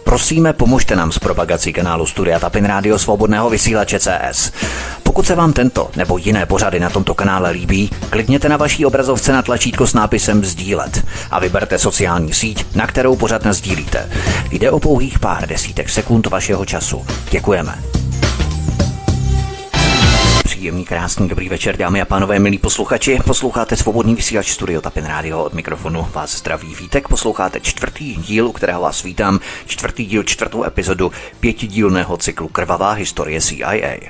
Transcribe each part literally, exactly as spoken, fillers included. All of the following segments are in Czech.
Prosíme, pomožte nám s propagací kanálu Studia Tapin Rádio Svobodného vysílače C S. Pokud se vám tento nebo jiné pořady na tomto kanále líbí, klikněte na vaší obrazovce na tlačítko s nápisem sdílet a vyberte sociální síť, na kterou pořad nasdílíte. Jde o pouhých pár desítek sekund vašeho času. Děkujeme. Příjemný, krásný, dobrý večer, dámy a pánové, milí posluchači. Posloucháte Svobodný vysílač Studio Tapin Rádio, od mikrofonu vás zdraví Vítek. Posloucháte čtvrtý díl, u kterého vás vítám, čtvrtý díl, čtvrtou epizodu pětidílného cyklu Krvavá historie C I A.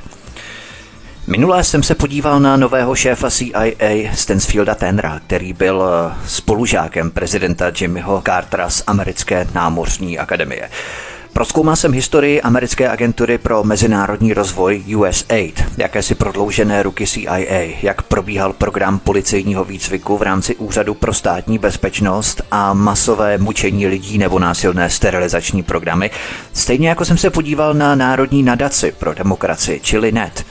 Minule jsem se podíval na nového šéfa C I A Stansfielda Tannera, který byl spolužákem prezidenta Jimmyho Cartera z americké námořní akademie. Prozkoumal jsem historii americké agentury pro mezinárodní rozvoj U S A I D, jakési prodloužené ruky C I A, jak probíhal program policejního výcviku v rámci Úřadu pro státní bezpečnost a masové mučení lidí nebo násilné sterilizační programy, stejně jako jsem se podíval na Národní nadaci pro demokracii, čili N E T.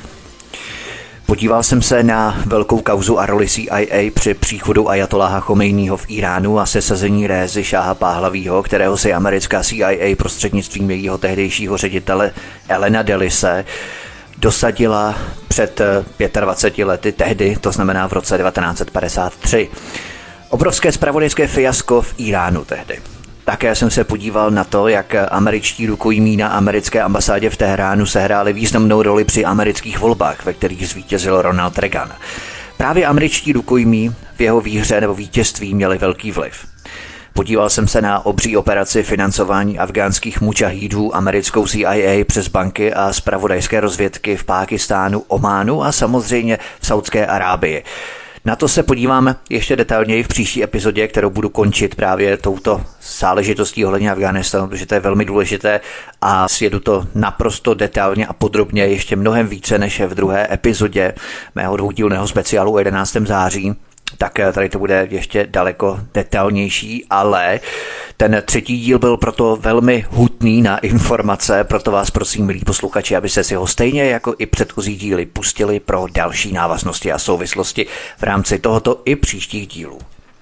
Podíval jsem se na velkou kauzu a roli C I A při příchodu ajatoláha Chomejního v Iránu a sesazení Rézy Šáha Páhlavího, kterého si americká C I A prostřednictvím jejího tehdejšího ředitele Elena Delise dosadila před dvaceti pěti lety tehdy, to znamená v roce devatenáct set padesát tři. Obrovské zpravodajské fiasko v Iránu tehdy. Také jsem se podíval na to, jak američtí rukojmí na americké ambasádě v Teheránu sehráli významnou roli při amerických volbách, ve kterých zvítězil Ronald Reagan. Právě američtí rukojmí v jeho výhře nebo vítězství měli velký vliv. Podíval jsem se na obří operaci financování afgánských mučahídů americkou C I A přes banky a zpravodajské rozvědky v Pákistánu, Ománu a samozřejmě v Saudské Arábii. Na to se podíváme ještě detailněji v příští epizodě, kterou budu končit právě touto záležitostí ohledně Afghánistánu, protože to je velmi důležité a sjedu to naprosto detailně a podrobně ještě mnohem více než v druhé epizodě mého dvoudílného speciálu o jedenáctého září. Tak tady to bude ještě daleko detailnější, ale ten třetí díl byl proto velmi hutný na informace, proto vás prosím, milí posluchači, abyste si ho stejně jako i předchozí díly pustili pro další návaznosti a souvislosti v rámci tohoto i příštích dílů.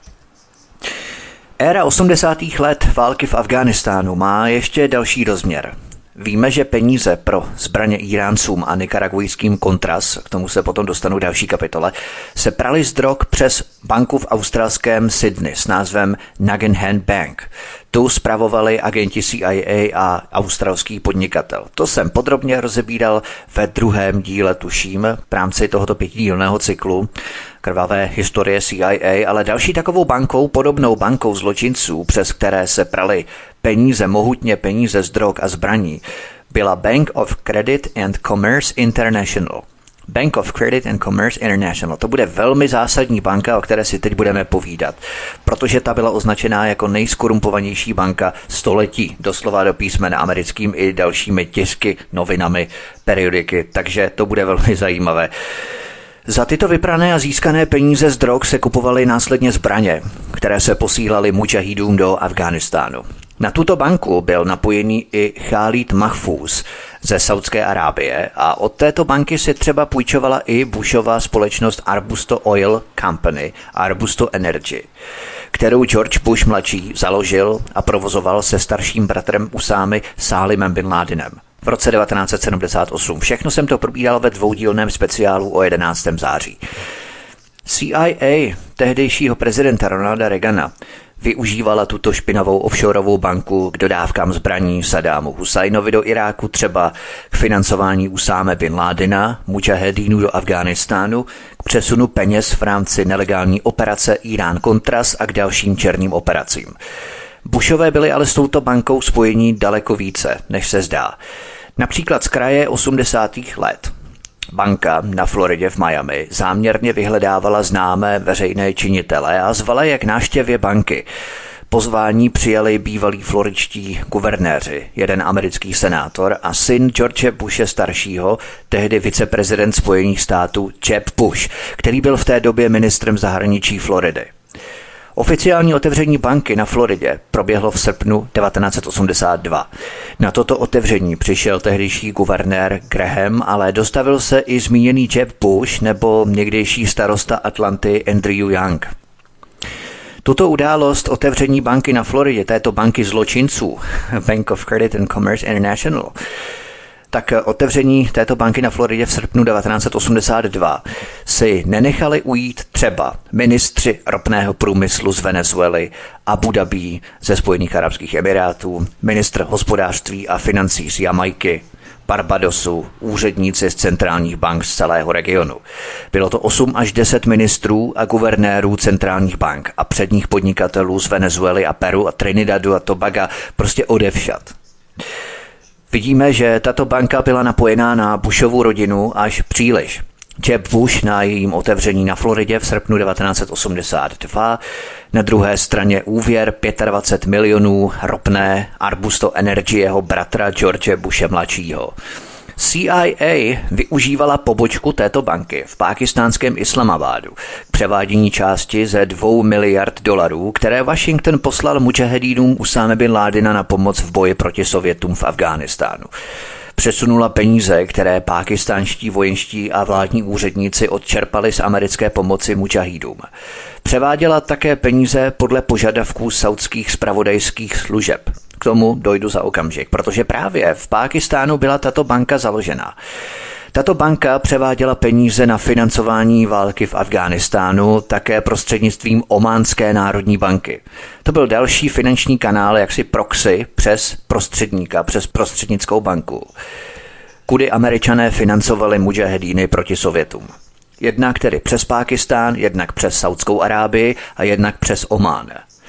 Éra osmdesátých let války v Afghánistánu má ještě další rozměr. Víme, že peníze pro zbraně Iráncům a nikaragujským Contras, k tomu se potom dostanu v další kapitole, se praly z drog přes banku v australském Sydney s názvem Nugan Bank. Tu spravovali agenti C I A a australský podnikatel. To jsem podrobně rozebíral ve druhém díle, tuším, v rámci tohoto pětidílného cyklu Krvavé historie C I A, ale další takovou bankou, podobnou bankou zločinců, přes které se praly peníze, mohutně peníze z drog a zbraní, byla Bank of Credit and Commerce International. Bank of Credit and Commerce International. To bude velmi zásadní banka, o které si teď budeme povídat, protože ta byla označená jako nejskorumpovanější banka století, doslova do písmena, americkým i dalšími tisky, novinami, periodiky, takže to bude velmi zajímavé. Za tyto vyprané a získané peníze z drog se kupovaly následně zbraně, které se posílaly mučahídům do Afghánistánu. Na tuto banku byl napojený i Khalid Mahfouz ze Saudské Arábie a od této banky si třeba půjčovala i Bushova společnost Arbusto Oil Company, Arbusto Energy, kterou George Bush mladší založil a provozoval se starším bratrem Usámy Sálimem bin Ládinem v roce devatenáct set sedmdesát osm. Všechno jsem to probíral ve dvoudílném speciálu o jedenáctého září. C I A tehdejšího prezidenta Ronalda Reagana využívala tuto špinavou offshoreovou banku k dodávkám zbraní Saddámu Husajnovi do Iráku, třeba k financování Usáme bin Ládina, mudžahedínů do Afghánistánu, k přesunu peněz v rámci nelegální operace Irán-Contras a k dalším černým operacím. Bushové byli ale s touto bankou spojení daleko více, než se zdá. Například z kraje osmdesátých let. Banka na Floridě v Miami záměrně vyhledávala známé veřejné činitele a zvala je k návštěvě banky. Pozvání přijali bývalí floridští guvernéři, jeden americký senátor a syn George Bushe staršího, tehdy viceprezident Spojených států Jeb Bush, který byl v té době ministrem zahraničí Floridy. Oficiální otevření banky na Floridě proběhlo v srpnu devatenáct set osmdesát dva. Na toto otevření přišel tehdejší guvernér Graham, ale dostavil se i zmíněný Jeb Bush nebo někdejší starosta Atlanty Andrew Young. Tuto událost otevření banky na Floridě, této banky zločinců, Bank of Credit and Commerce International, tak otevření této banky na Floridě v srpnu devatenáct set osmdesát dva si nenechali ujít třeba ministři ropného průmyslu z Venezuely, Abu Dhabí ze Spojených arabských emirátů, ministr hospodářství a financí z Jamajky, Barbadosu, úředníci z centrálních bank z celého regionu. Bylo to osm až deset ministrů a guvernérů centrálních bank a předních podnikatelů z Venezuely a Peru a Trinidadu a Tobaga, prostě odevšad. Vidíme, že tato banka byla napojená na Bushovu rodinu až příliš. Jeb Bush na jejím otevření na Floridě v srpnu devatenáct set osmdesát dva, na druhé straně úvěr dvacet pět milionů ropné Arbusto Energy jeho bratra George Bushe mladšího. C I A využívala pobočku této banky v pákistánském Islamabadu k převádění části ze dvou miliard dolarů, které Washington poslal mudžahedínům Usáme bin Ládina na pomoc v boji proti Sovětům v Afghánistánu. Přesunula peníze, které pákistánští vojenští a vládní úředníci odčerpali z americké pomoci mudžahídům. Převáděla také peníze podle požadavků saudských zpravodajských služeb. K tomu dojdu za okamžik, protože právě v Pákistánu byla tato banka založena. Tato banka převáděla peníze na financování války v Afghánistánu také prostřednictvím Ománské národní banky. To byl další finanční kanál, jaksi proxy přes prostředníka, přes prostřednickou banku, kudy Američané financovali mudžahedíny proti Sovětům. Jednak tedy přes Pákistán, jednak přes Saudskou Arábii a jednak přes Omán.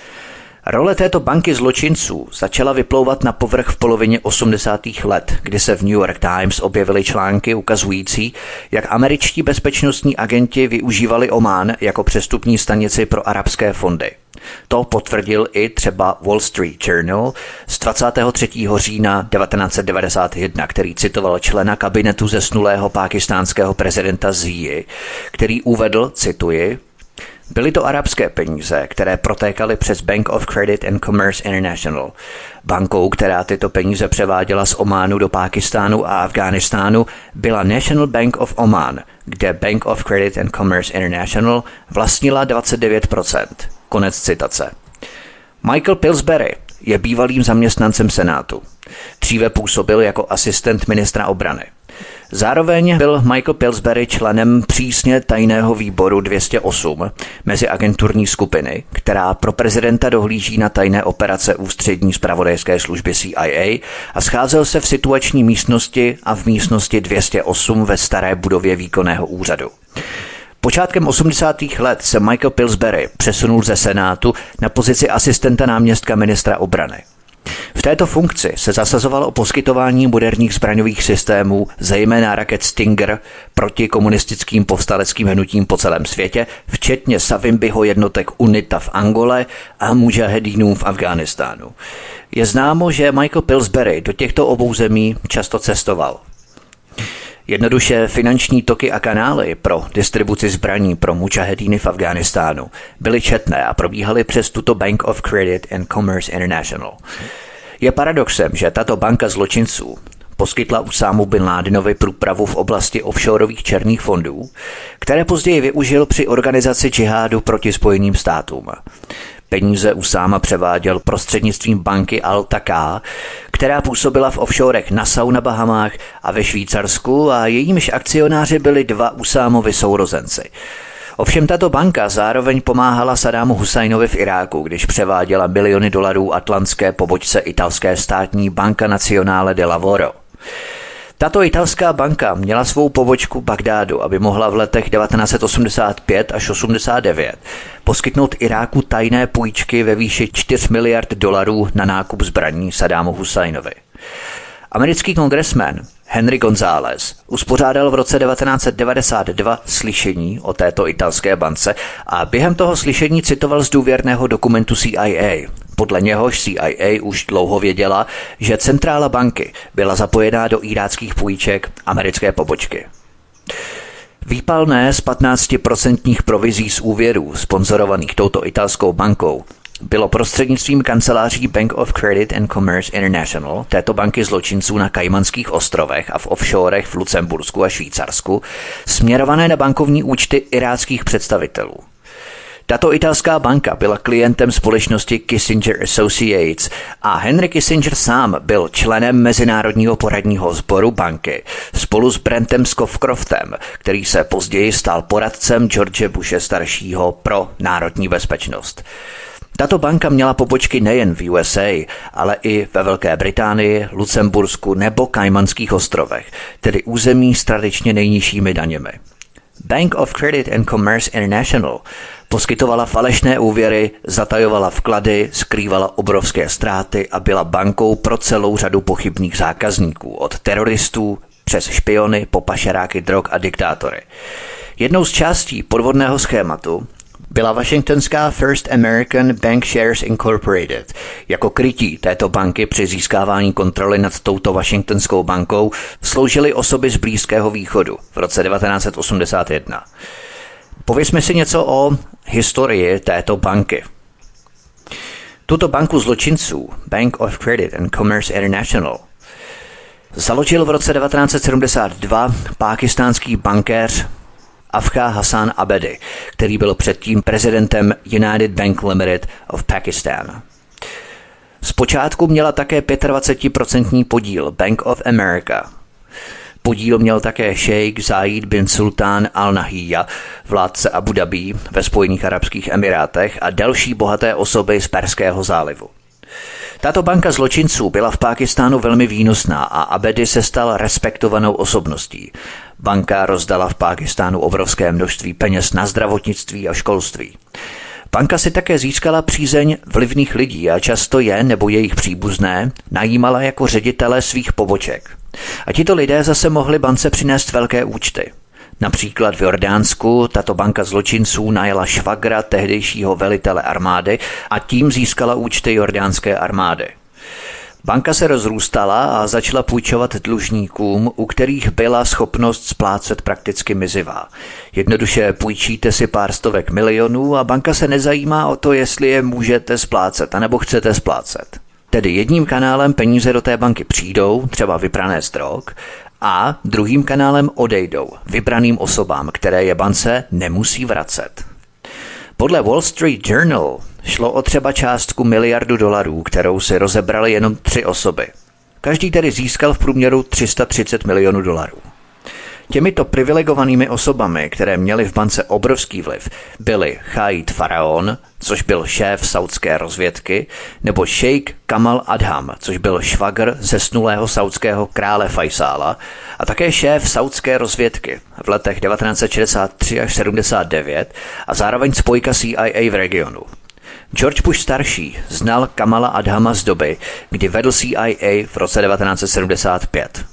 Role této banky zločinců začala vyplouvat na povrch v polovině osmdesátých let, kdy se v New York Times objevily články ukazující, jak američtí bezpečnostní agenti využívali Omán jako přestupní stanici pro arabské fondy. To potvrdil i třeba Wall Street Journal z dvacátého třetího října devatenáct set devadesát jedna, který citoval člena kabinetu zesnulého pákistánského prezidenta Zii, který uvedl, cituji, byly to arabské peníze, které protékaly přes Bank of Credit and Commerce International. Bankou, která tyto peníze převáděla z Ománu do Pákistánu a Afghánistánu, byla National Bank of Oman, kde Bank of Credit and Commerce International vlastnila dvacet devět procent. Konec citace. Michael Pillsbury je bývalým zaměstnancem Senátu. Dříve působil jako asistent ministra obrany. Zároveň byl Michael Pillsbury členem přísně tajného výboru dvě stě osm meziagenturní skupiny, která pro prezidenta dohlíží na tajné operace ústřední zpravodajské služby C I A a scházel se v situační místnosti a v místnosti dvě stě osm ve staré budově výkonného úřadu. Počátkem osmdesátých let se Michael Pillsbury přesunul ze Senátu na pozici asistenta náměstka ministra obrany. V této funkci se zasazoval o poskytování moderních zbraňových systémů, zejména raket Stinger, proti komunistickým povstaleckým hnutím po celém světě, včetně Savimbiho jednotek UNITA v Angole a mudžahedínů v Afghánistánu. Je známo, že Michael Pillsbury do těchto obou zemí často cestoval. Jednoduše finanční toky a kanály pro distribuci zbraní pro mudžahedíny v Afghánistánu byly četné a probíhaly přes tuto Bank of Credit and Commerce International. Je paradoxem, že tato banka zločinců poskytla Usámu bin Ládinovi průpravu v oblasti offshoreových černých fondů, které později využil při organizaci džihádu proti Spojeným státům. Peníze Usáma převáděl prostřednictvím banky Al-Taká, která působila v offshorech Nassau na Bahamách a ve Švýcarsku a jejímiž akcionáři byli dva Usámovi sourozenci. Ovšem tato banka zároveň pomáhala Saddámu Husajnovi v Iráku, když převáděla miliony dolarů atlantské pobočce italské státní Banca Nazionale de Lavoro. Tato italská banka měla svou pobočku v Bagdádu, aby mohla v letech devatenáct set osmdesát pět až osmdesát devět poskytnout Iráku tajné půjčky ve výši čtyři miliard dolarů na nákup zbraní Saddámu Husajnovi. Americký kongresmen Henry González uspořádal v roce devatenáct set devadesát dva slyšení o této italské bance a během toho slyšení citoval z důvěrného dokumentu C I A. Podle něhož C I A už dlouho věděla, že centrála banky byla zapojená do iráckých půjček americké pobočky. Výpalné z patnáctiprocentních provizí z úvěrů sponzorovaných touto italskou bankou bylo prostřednictvím kanceláří Bank of Credit and Commerce International, této banky zločinců na Kajmanských ostrovech a v offshorech v Lucembursku a Švýcarsku, směrované na bankovní účty iráckých představitelů. Tato italská banka byla klientem společnosti Kissinger Associates a Henry Kissinger sám byl členem Mezinárodního poradního sboru banky spolu s Brentem Scowcroftem, který se později stal poradcem George Bushe staršího pro národní bezpečnost. Tato banka měla pobočky nejen v U S A, ale i ve Velké Británii, Lucembursku nebo Kajmanských ostrovech, tedy území s tradičně nejnižšími daněmi. Bank of Credit and Commerce International poskytovala falešné úvěry, zatajovala vklady, skrývala obrovské ztráty a byla bankou pro celou řadu pochybných zákazníků, od teroristů přes špiony po pašeráky drog a diktátory. Jednou z částí podvodného schématu byla washingtonská First American Bankshares Incorporated. Jako krytí této banky při získávání kontroly nad touto washingtonskou bankou sloužily osoby z Blízkého východu v roce devatenáct set osmdesát jedna. Povězme si něco o historii této banky. Tuto banku zločinců, Bank of Credit and Commerce International, založil v roce devatenáct set sedmdesát dva pákistánský bankéř Afkha Hassan Abedi, který byl předtím prezidentem United Bank Limited of Pakistan. Zpočátku měla také dvacet pět procent podíl Bank of America. Podíl měl také šejk Zayed bin Sultan Al Nahyan, vládce Abu Dhabi ve Spojených arabských emirátech a další bohaté osoby z Perského zálivu. Tato banka zločinců byla v Pákistánu velmi výnosná a Abedi se stal respektovanou osobností. Banka rozdala v Pákistánu obrovské množství peněz na zdravotnictví a školství. Banka si také získala přízeň vlivných lidí a často je nebo jejich příbuzné najímala jako ředitele svých poboček. A tito lidé zase mohli bance přinést velké účty. Například v Jordánsku tato banka zločinců najela švagra tehdejšího velitele armády a tím získala účty jordánské armády. Banka se rozrůstala a začala půjčovat dlužníkům, u kterých byla schopnost splácet prakticky mizivá. Jednoduše půjčíte si pár stovek milionů a banka se nezajímá o to, jestli je můžete splácet, anebo chcete splácet. Tedy jedním kanálem peníze do té banky přijdou, třeba vyprané z drog, a druhým kanálem odejdou vybraným osobám, které je bance nemusí vracet. Podle Wall Street Journal šlo o třeba částku miliardu dolarů, kterou si rozebrali jenom tři osoby. Každý tedy získal v průměru tři sta třicet milionů dolarů. Těmito privilegovanými osobami, které měly v bance obrovský vliv, byli Chaid Faraon, což byl šéf saudské rozvědky, nebo šejk Kamal Adham, což byl švagr zesnulého saudského krále Fajsála a také šéf saudské rozvědky v letech devatenáct set šedesát tři až sedmdesát devět a zároveň spojka C I A v regionu. George Bush starší znal Kamala Adhama z doby, kdy vedl C I A v roce devatenáct set sedmdesát pět.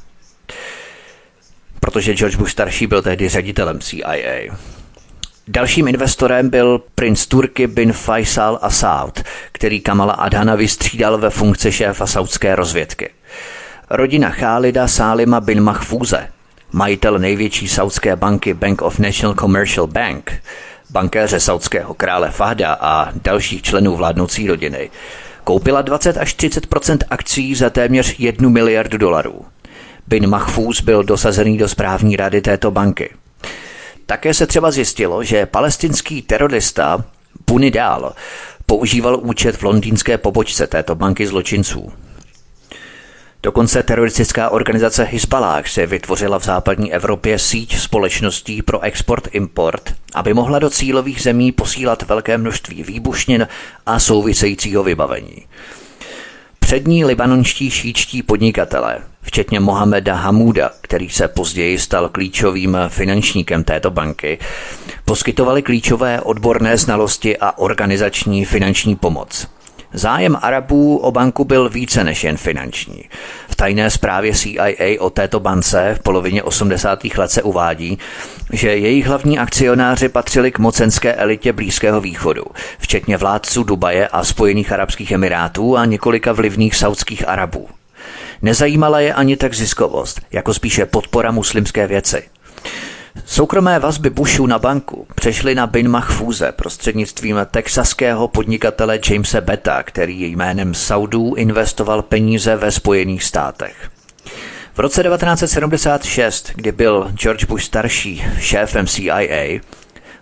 Protože George Bush starší byl tehdy ředitelem C I A. Dalším investorem byl princ Turki bin Faisal Al Saud, který Kamala Adhana vystřídal ve funkci šéfa saudské rozvědky. Rodina Chálida Sálima bin Mahfúze, majitel největší saudské banky Bank of National Commercial Bank, bankéře saudského krále Fahda a dalších členů vládnoucí rodiny, koupila dvacet až třicet procent akcií za téměř jednu miliardu dolarů. Bin Mahfúz byl dosazený do správní rady této banky. Také se třeba zjistilo, že palestinský terorista Bunidal používal účet v londýnské pobočce této banky zločinců. Dokonce teroristická organizace Hizballáh se vytvořila v západní Evropě síť společností pro export-import, aby mohla do cílových zemí posílat velké množství výbušnin a souvisejícího vybavení. Přední libanonští šíčtí podnikatelé, včetně Mohameda Hamúda, který se později stal klíčovým finančníkem této banky, poskytovali klíčové odborné znalosti a organizační finanční pomoc. Zájem Arabů o banku byl více než jen finanční. V tajné zprávě C I A o této bance v polovině osmdesátých let se uvádí, že jejich hlavní akcionáři patřili k mocenské elitě Blízkého východu, včetně vládců Dubaje a Spojených arabských emirátů a několika vlivných saudských Arabů. Nezajímala je ani tak ziskovost, jako spíše podpora muslimské věci. Soukromé vazby Bushů na banku přešly na bin Mahfúze prostřednictvím texaského podnikatele Jamese Betta, který jménem Saudů investoval peníze ve Spojených státech. V roce devatenáct set sedmdesát šest, kdy byl George Bush starší šéfem C I A,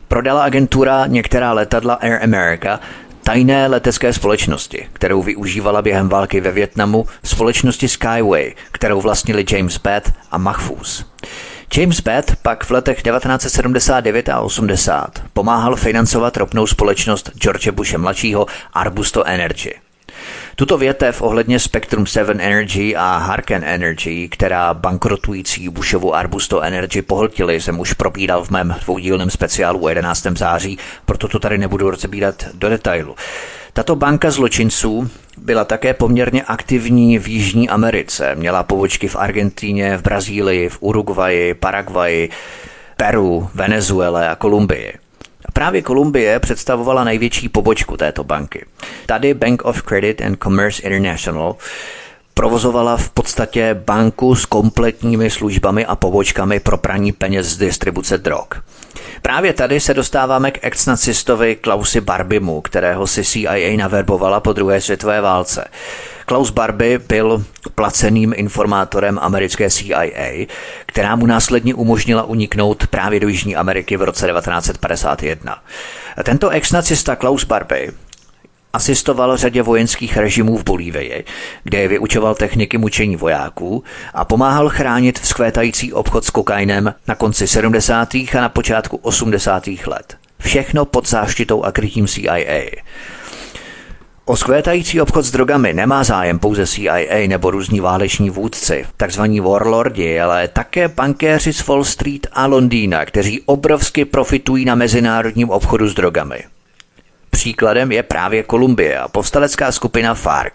prodala agentura některá letadla Air America tajné letecké společnosti, kterou využívala během války ve Vietnamu společnosti Skyway, kterou vlastnili James Batt a Mahfouz. James Batt pak v letech devatenáct set sedmdesát devět a osmdesát pomáhal financovat ropnou společnost George Bushe mladšího Arbusto Energy. Tuto větev ohledně Spectrum sedm Energy a Harken Energy, která bankrotující Bushovu Arbusto Energy pohltili, jsem už probíral v mém dvoudílném speciálu o jedenáctého září, proto to tady nebudu rozebírat do detailu. Tato banka zločinců byla také poměrně aktivní v Jižní Americe. Měla pobočky v Argentíně, v Brazílii, v Uruguayi, Paraguayi, Peru, Venezuele a Kolumbii. Právě Kolumbie představovala největší pobočku této banky. Tady Bank of Credit and Commerce International provozovala v podstatě banku s kompletními službami a pobočkami pro praní peněz z distribuce drog. Právě tady se dostáváme k ex-nacistovi Klausi Barbimu, kterého si C I A naverbovala po druhé světové válce. Klaus Barbie byl placeným informátorem americké C I A, která mu následně umožnila uniknout právě do Jižní Ameriky v roce devatenáct set padesát jedna. Tento ex-nacista Klaus Barbie asistoval řadě vojenských režimů v Bolívii, kde je vyučoval techniky mučení vojáků a pomáhal chránit vzkvétající obchod s kokainem na konci sedmdesátých a na počátku osmdesátých let. Všechno pod záštitou a krytím C I A. O skvétající obchod s drogami nemá zájem pouze C I A nebo různí váleční vůdci, takzvaní warlordi, ale také bankéři z Wall Street a Londýna, kteří obrovsky profitují na mezinárodním obchodu s drogami. Příkladem je právě Kolumbie a povstalecká skupina FARC.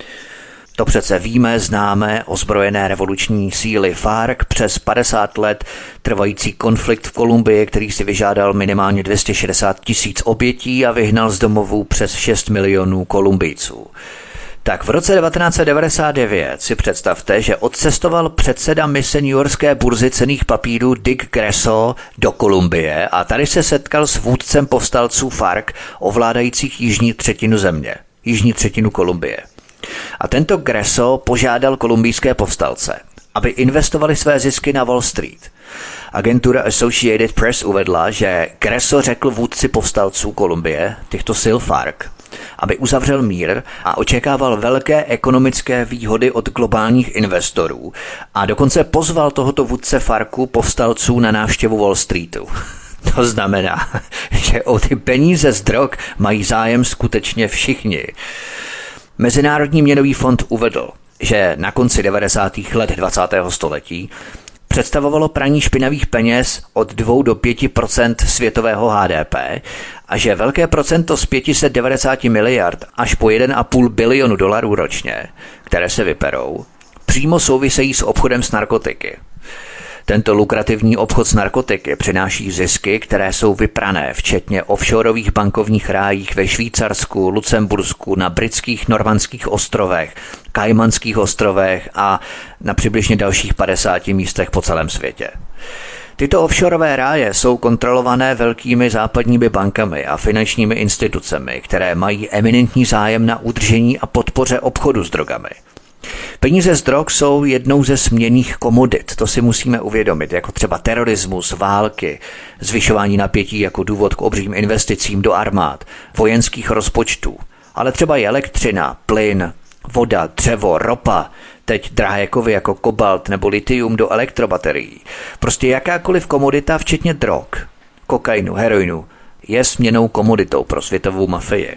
To přece víme, známe ozbrojené revoluční síly FARC, přes padesát let trvající konflikt v Kolumbii, který si vyžádal minimálně dvě stě šedesát tisíc obětí a vyhnal z domovů přes šest milionů Kolumbijců. Tak v roce devatenáct set devadesát devět si představte, že odcestoval předseda mise newyorské burzy cenných papírů Dick Greso do Kolumbie a tady se setkal s vůdcem povstalců FARC ovládajících jižní třetinu země, jižní třetinu Kolumbie. A tento Greso požádal kolumbijské povstalce, aby investovali své zisky na Wall Street. Agentura Associated Press uvedla, že Greso řekl vůdci povstalců Kolumbie, těchto sil FARC, aby uzavřel mír a očekával velké ekonomické výhody od globálních investorů a dokonce pozval tohoto vůdce FARCu povstalců na návštěvu Wall Streetu. To znamená, že o ty peníze z drog mají zájem skutečně všichni. Mezinárodní měnový fond uvedl, že na konci devadesátých let dvacátého století představovalo praní špinavých peněz od dvou do pěti procent světového H D P a že velké procento z pět set devadesát miliard až po jeden a půl bilionu dolarů ročně, které se vyperou, přímo souvisejí s obchodem s narkotiky. Tento lukrativní obchod s narkotiky přináší zisky, které jsou vyprané, včetně offshoreových bankovních rájích ve Švýcarsku, Lucembursku, na britských Normandských ostrovech, Kajmanských ostrovech a na přibližně dalších padesáti místech po celém světě. Tyto offshoreové ráje jsou kontrolované velkými západními bankami a finančními institucemi, které mají eminentní zájem na udržení a podpoře obchodu s drogami. Peníze z drog jsou jednou ze směnných komodit, to si musíme uvědomit, jako třeba terorismus, války, zvyšování napětí jako důvod k obřím investicím do armád, vojenských rozpočtů, ale třeba i elektřina, plyn, voda, dřevo, ropa, teď drahé kovy jako kobalt nebo litium do elektrobaterií. Prostě jakákoliv komodita, včetně drog, kokainu, heroinu, je směnnou komoditou pro světovou mafii.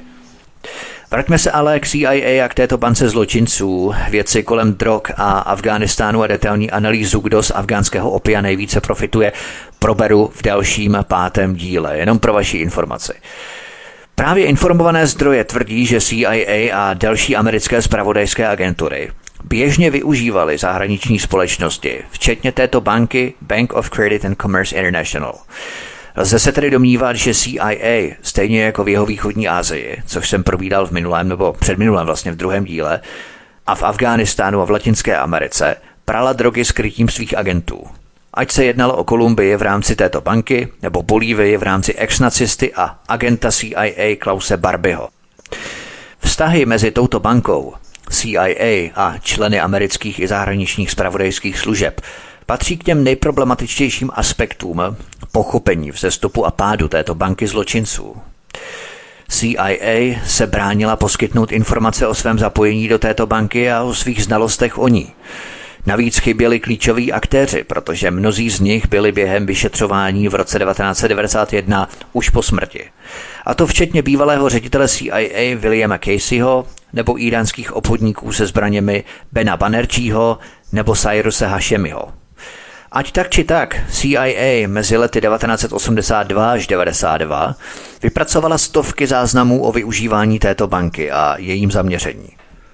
Vraťme se ale k C I A a k této bance zločinců, věci kolem drog a Afghánistánu a detailní analýzu, kdo z afgánského opia nejvíce profituje, proberu v dalším pátém díle, jenom pro vaši informaci. Právě informované zdroje tvrdí, že C I A a další americké zpravodajské agentury běžně využívaly zahraniční společnosti, včetně této banky Bank of Credit and Commerce International. Lze se tedy domnívat, že C I A, stejně jako v jeho východní Asii, což jsem probídal v minulém nebo předminulém vlastně v druhém díle, a v Afghánistánu a v Latinské Americe, prala drogy s krytím svých agentů. Ať se jednalo o Kolumbii v rámci této banky, nebo Bolívii v rámci ex-nacisty a agenta C I A Klause Barbieho. Vztahy mezi touto bankou, C I A a členy amerických i zahraničních zpravodajských služeb Patří k těm nejproblematičtějším aspektům pochopení vzestupu a pádu této banky zločinců. C I A se bránila poskytnout informace o svém zapojení do této banky a o svých znalostech o ní. Navíc chyběli klíčoví aktéři, protože mnozí z nich byli během vyšetřování v roce devatenáct set devadesát jedna už po smrti. A to včetně bývalého ředitele C I A Williama Caseyho nebo íránských obchodníků se zbraněmi Bena Banerjího nebo Cyruse Hashemiho. Ať tak či tak, C I A mezi lety devatenáct set osmdesát dva až devadesát dva vypracovala stovky záznamů o využívání této banky a jejím zaměření.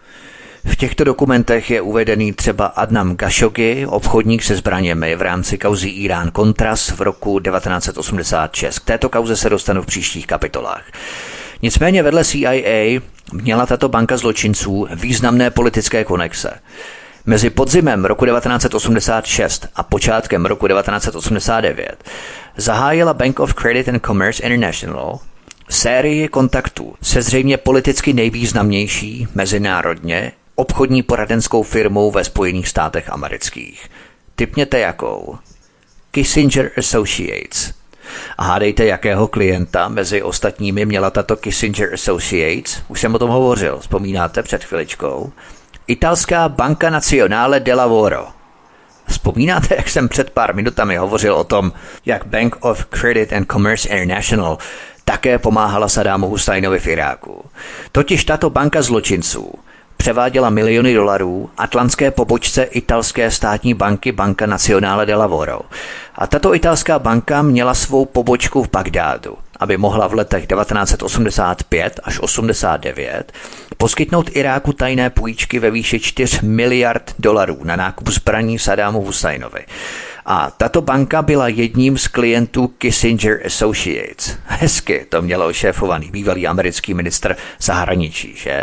V těchto dokumentech je uvedený třeba Adnan Khashoggi, obchodník se zbraněmi v rámci kauzy Írán-Contras v roku devatenáct set osmdesát šest. K této kauze se dostanu v příštích kapitolách. Nicméně vedle C I A měla tato banka zločinců významné politické konexe. Mezi podzimem roku devatenáct set osmdesát šest a počátkem roku devatenáct set osmdesát devět zahájila Bank of Credit and Commerce International sérii kontaktů se zřejmě politicky nejvýznamnější mezinárodně obchodní poradenskou firmou ve Spojených státech amerických. Tipněte jakou? Kissinger Associates. A hádejte, jakého klienta mezi ostatními měla tato Kissinger Associates? Už jsem o tom hovořil, vzpomínáte před chviličkou? Italská Banca Nazionale del Lavoro. Vzpomínáte, jak jsem před pár minutami hovořil o tom, jak Bank of Credit and Commerce International také pomáhala Saddamu Husajnovi v Iráku. Totiž tato banka zločinců převáděla miliony dolarů atlantské pobočce italské státní banky Banca Nazionale del Lavoro. A tato italská banka měla svou pobočku v Bagdádu, aby mohla v letech devatenáct set osmdesát pět až osmdesát devět poskytnout Iráku tajné půjčky ve výši čtyři miliard dolarů na nákup zbraní Saddamu Husajnovi. A tato banka byla jedním z klientů Kissinger Associates. Hezky to mělo ošéfovaný bývalý americký ministr zahraničí, že?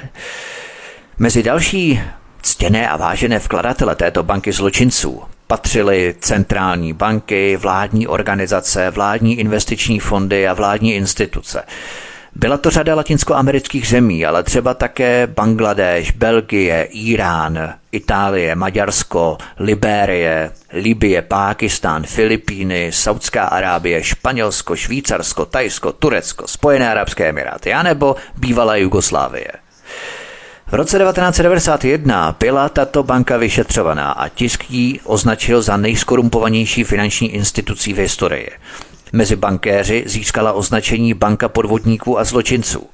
Mezi další ctěné a vážené vkladatele této banky zločinců patřily centrální banky, vládní organizace, vládní investiční fondy a vládní instituce. Byla to řada latinskoamerických zemí, ale třeba také Bangladéš, Belgie, Irán, Itálie, Maďarsko, Libérie, Libye, Pákistán, Filipíny, Saudská Arábie, Španělsko, Švýcarsko, Thajsko, Turecko, Spojené arabské emiráty anebo bývalá Jugoslávie. V roce devatenáct set devadesát jedna byla tato banka vyšetřovaná a tisk ji označil za nejskorumpovanější finanční institucí v historii. Mezi bankéři získala označení banka podvodníků a zločinců.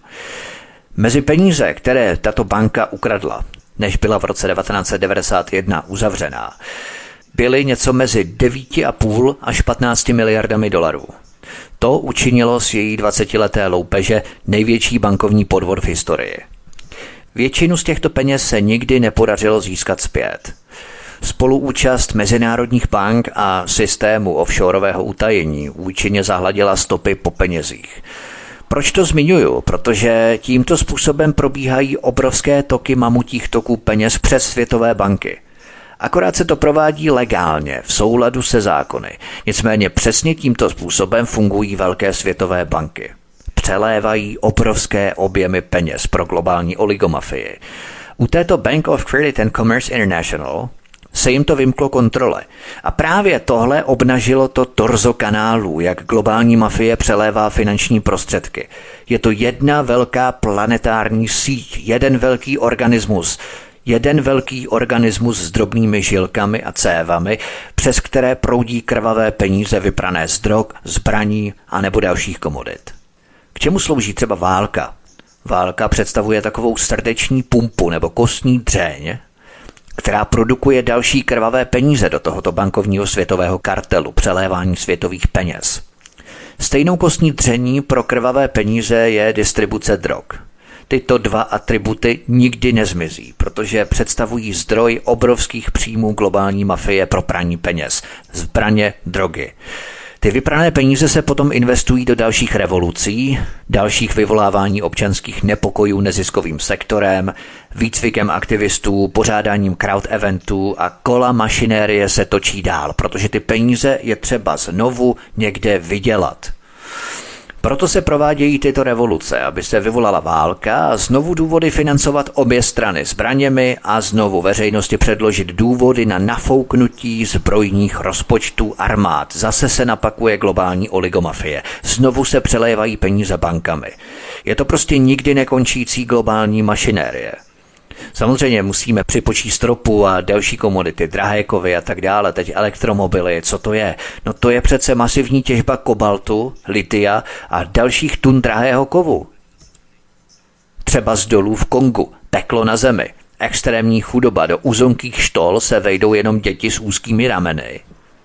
Mezi peníze, které tato banka ukradla, než byla v roce devatenáct set devadesát jedna uzavřená, byly něco mezi devět a půl až patnáct miliardami dolarů. To učinilo z její dvacetileté loupeže největší bankovní podvod v historii. Většinu z těchto peněz se nikdy nepodařilo získat zpět. Spoluúčast mezinárodních bank a systému offshoreového utajení účinně zahladila stopy po penězích. Proč to zmiňuju? Protože tímto způsobem probíhají obrovské toky mamutích toků peněz přes světové banky. Akorát se to provádí legálně, v souladu se zákony. Nicméně přesně tímto způsobem fungují velké světové banky. Přelévají obrovské objemy peněz pro globální oligomafii. U této Bank of Credit and Commerce International se jim to vymklo kontrole. A právě tohle obnažilo to torzo kanálů, jak globální mafie přelévá finanční prostředky. Je to jedna velká planetární síť, jeden velký organismus, jeden velký organismus s drobnými žilkami a cévami, přes které proudí krvavé peníze vyprané z drog, zbraní a nebo dalších komodit. K čemu slouží třeba válka? Válka představuje takovou srdeční pumpu nebo kostní dřeň, která produkuje další krvavé peníze do tohoto bankovního světového kartelu, přelévání světových peněz. Stejnou kostní dření pro krvavé peníze je distribuce drog. Tyto dva atributy nikdy nezmizí, protože představují zdroj obrovských příjmů globální mafie pro praní peněz, zbraně, drogy. Ty vyprané peníze se potom investují do dalších revolucí, dalších vyvolávání občanských nepokojů neziskovým sektorem, výcvikem aktivistů, pořádáním crowd eventů a kola mašinérie se točí dál, protože ty peníze je třeba znovu někde vydělat. Proto se provádějí tyto revoluce, aby se vyvolala válka a znovu důvody financovat obě strany zbraněmi a znovu veřejnosti předložit důvody na nafouknutí zbrojních rozpočtů armád. Zase se napakuje globální oligomafie. Znovu se přelévají peníze bankami. Je to prostě nikdy nekončící globální mašinérie. Samozřejmě musíme připočíst ropu a další komodity, drahé kovy a tak dále, teď elektromobily, co to je? No to je přece masivní těžba kobaltu, litia a dalších tun drahého kovu. Třeba z dolů v Kongu, peklo na zemi, extrémní chudoba, do uzonkých štol se vejdou jenom děti s úzkými rameny.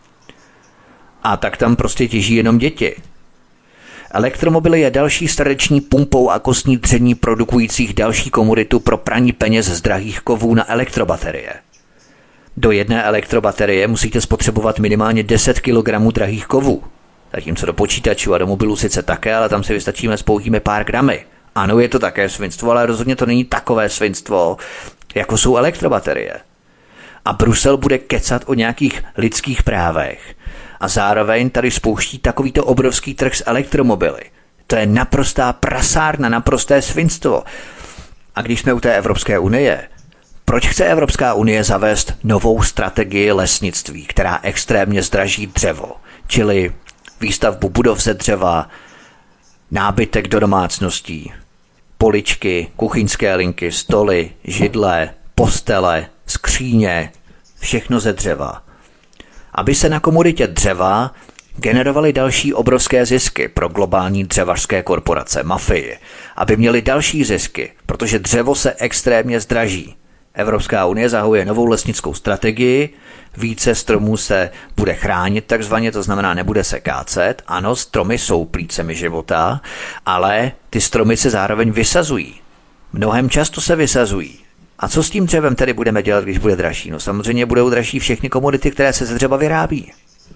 A tak tam prostě těží jenom děti. Elektromobily je další srdeční pumpou a kostní dření produkujících další komoditu pro praní peněz z drahých kovů na elektrobaterie. Do jedné elektrobaterie musíte spotřebovat minimálně deset kilogramů drahých kovů. Zatímco do počítačů a do mobilů sice také, ale tam si vystačíme s pouhými pár gramy. Ano, je to také svinstvo, ale rozhodně to není takové svinstvo, jako jsou elektrobaterie. A Brusel bude kecat o nějakých lidských právech. A zároveň tady spouští takovýto obrovský trh s elektromobily. To je naprostá prasárna, naprosté svinstvo. A když jsme u té Evropské unie, proč chce Evropská unie zavést novou strategii lesnictví, která extrémně zdraží dřevo, čili výstavbu budov ze dřeva, nábytek do domácností, poličky, kuchyňské linky, stoly, židle, postele, skříně, všechno ze dřeva. Aby se na komoditě dřeva generovaly další obrovské zisky pro globální dřevařské korporace, mafii, aby měly další zisky, protože dřevo se extrémně zdraží. Evropská unie zahajuje novou lesnickou strategii, více stromů se bude chránit takzvaně, to znamená nebude se kácet. Ano, stromy jsou plícemi života, ale ty stromy se zároveň vysazují. Mnohem často se vysazují. A co s tím dřevem tedy budeme dělat, když bude dražší? No samozřejmě budou dražší všechny komodity, které se ze dřeva vyrábí.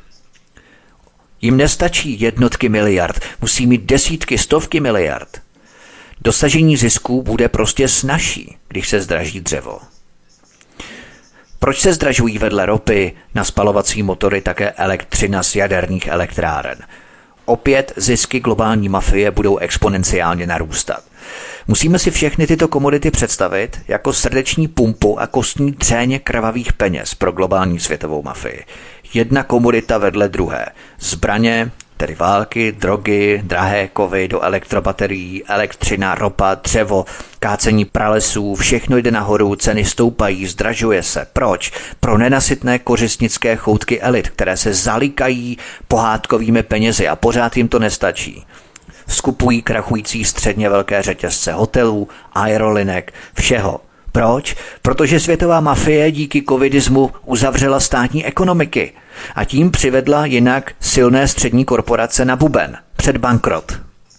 Jim nestačí jednotky miliard, musí mít desítky, stovky miliard. Dosažení zisků bude prostě snazší, když se zdraží dřevo. Proč se zdražují vedle ropy na spalovací motory také elektřina z jaderných elektráren? Opět zisky globální mafie budou exponenciálně narůstat. Musíme si všechny tyto komodity představit jako srdeční pumpu a kostní dřeň krvavých peněz pro globální světovou mafii. Jedna komodita vedle druhé. Zbraně, tedy války, drogy, drahé kovy do elektrobaterií, elektřina, ropa, dřevo, kácení pralesů, všechno jde nahoru, ceny stoupají, zdražuje se. Proč? Pro nenasytné kořistnické choutky elit, které se zalíkají pohádkovými penězi a pořád jim to nestačí. Skupují krachující středně velké řetězce hotelů, aerolinek, všeho. Proč? Protože světová mafie díky covidismu uzavřela státní ekonomiky a tím přivedla jinak silné střední korporace na buben, před bankrot.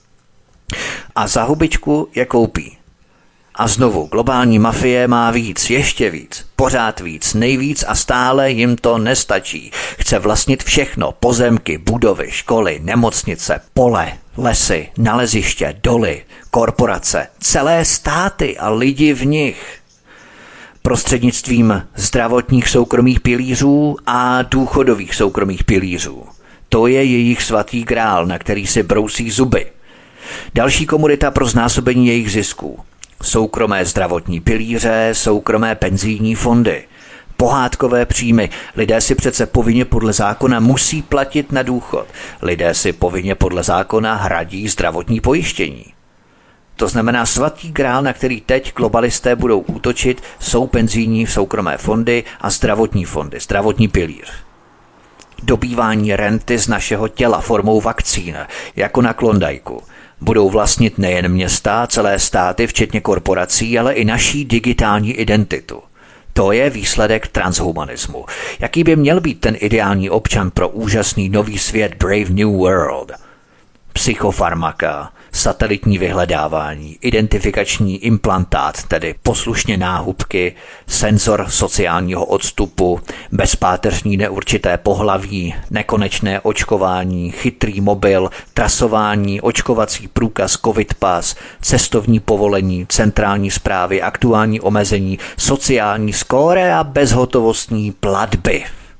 A za hubičku je koupí. A znovu, globální mafie má víc, ještě víc, pořád víc, nejvíc a stále jim to nestačí. Chce vlastnit všechno, pozemky, budovy, školy, nemocnice, pole, lesy, naleziště, doly, korporace, celé státy a lidi v nich. Prostřednictvím zdravotních soukromých pilířů a důchodových soukromých pilířů. To je jejich svatý grál, na který si brousí zuby. Další komodita pro znásobení jejich zisků. Soukromé zdravotní pilíře, soukromé penzijní fondy, pohádkové příjmy. Lidé si přece povinně podle zákona musí platit na důchod. Lidé si povinně podle zákona hradí zdravotní pojištění. To znamená svatý grál, na který teď globalisté budou útočit, jsou penzijní soukromé fondy a zdravotní fondy, zdravotní pilíř. Dobývání renty z našeho těla formou vakcín, jako na Klondajku. Budou vlastnit nejen města, celé státy, včetně korporací, ale i naší digitální identitu. To je výsledek transhumanismu. Jaký by měl být ten ideální občan pro úžasný nový svět Brave New World? Psychofarmaka, satelitní vyhledávání, identifikační implantát, tedy poslušně náhubky, senzor sociálního odstupu, bezpáteřní neurčité pohlaví, nekonečné očkování, chytrý mobil, trasování, očkovací průkaz COVID pas, cestovní povolení, centrální správy, aktuální omezení, sociální skóre a bezhotovostní platby.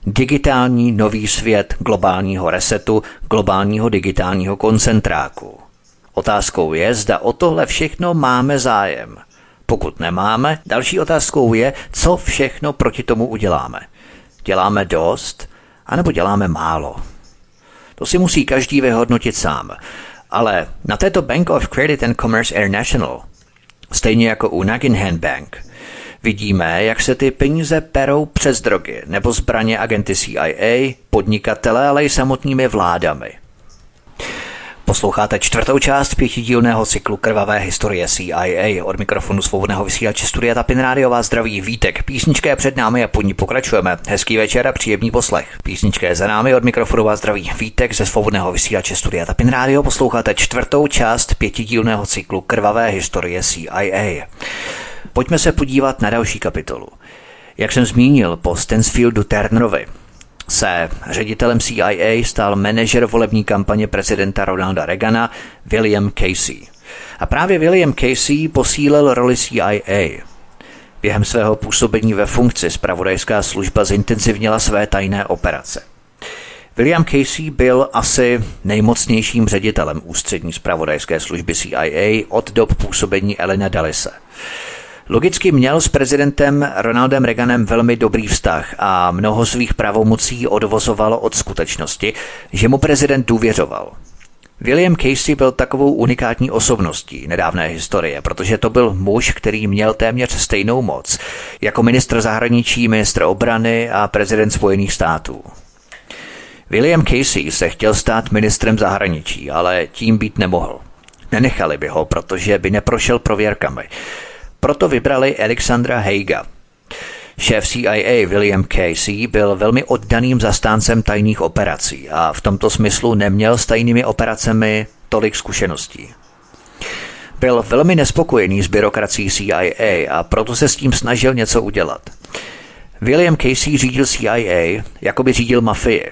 digitální nový svět globálního resetu, globálního digitálního koncentráku. Otázkou je, zda o tohle všechno máme zájem. Pokud nemáme, další otázkou je, co všechno proti tomu uděláme. Děláme dost, anebo děláme málo? To si musí každý vyhodnotit sám. Ale na této Bank of Credit and Commerce International, stejně jako u Nagin Bank, vidíme, jak se ty peníze perou přes drogy nebo zbraně agenty C I A, podnikatele, ale i samotnými vládami. Posloucháte čtvrtou část pětidílného cyklu Krvavé historie C I A. Od mikrofonu svobodného vysílače Studia Tapin Rádio vás zdraví Vítek. Písnička je před námi a po ní pokračujeme. Hezký večer a příjemný poslech. Písnička je za námi, od mikrofonu vás zdraví Vítek ze svobodného vysílače Studia Tapin Rádio. Posloucháte čtvrtou část pětidílného cyklu Krvavé historie C I A. Pojďme se podívat na další kapitolu. Jak jsem zmínil, po Stansfieldu Turnerovi se ředitelem C I A stal manažer volební kampaně prezidenta Ronalda Reagana William Casey. A právě William Casey posílil roli C I A. Během svého působení ve funkci zpravodajská služba zintenzivnila své tajné operace. William Casey byl asi nejmocnějším ředitelem ústřední zpravodajské služby C I A od dob působení Allenna Dullise. Logicky měl s prezidentem Ronaldem Reaganem velmi dobrý vztah a mnoho svých pravomocí odvozovalo od skutečnosti, že mu prezident důvěřoval. William Casey byl takovou unikátní osobností nedávné historie, protože to byl muž, který měl téměř stejnou moc jako ministr zahraničí, ministr obrany a prezident Spojených států. William Casey se chtěl stát ministrem zahraničí, ale tím být nemohl. Nenechali by ho, protože by neprošel prověrkami. Proto vybrali Alexandra Haiga. Šéf C I A William Casey byl velmi oddaným zastáncem tajných operací a v tomto smyslu neměl s tajnými operacemi tolik zkušeností. Byl velmi nespokojený s byrokracií C I A a proto se s tím snažil něco udělat. William Casey řídil C I A, jako by řídil mafii.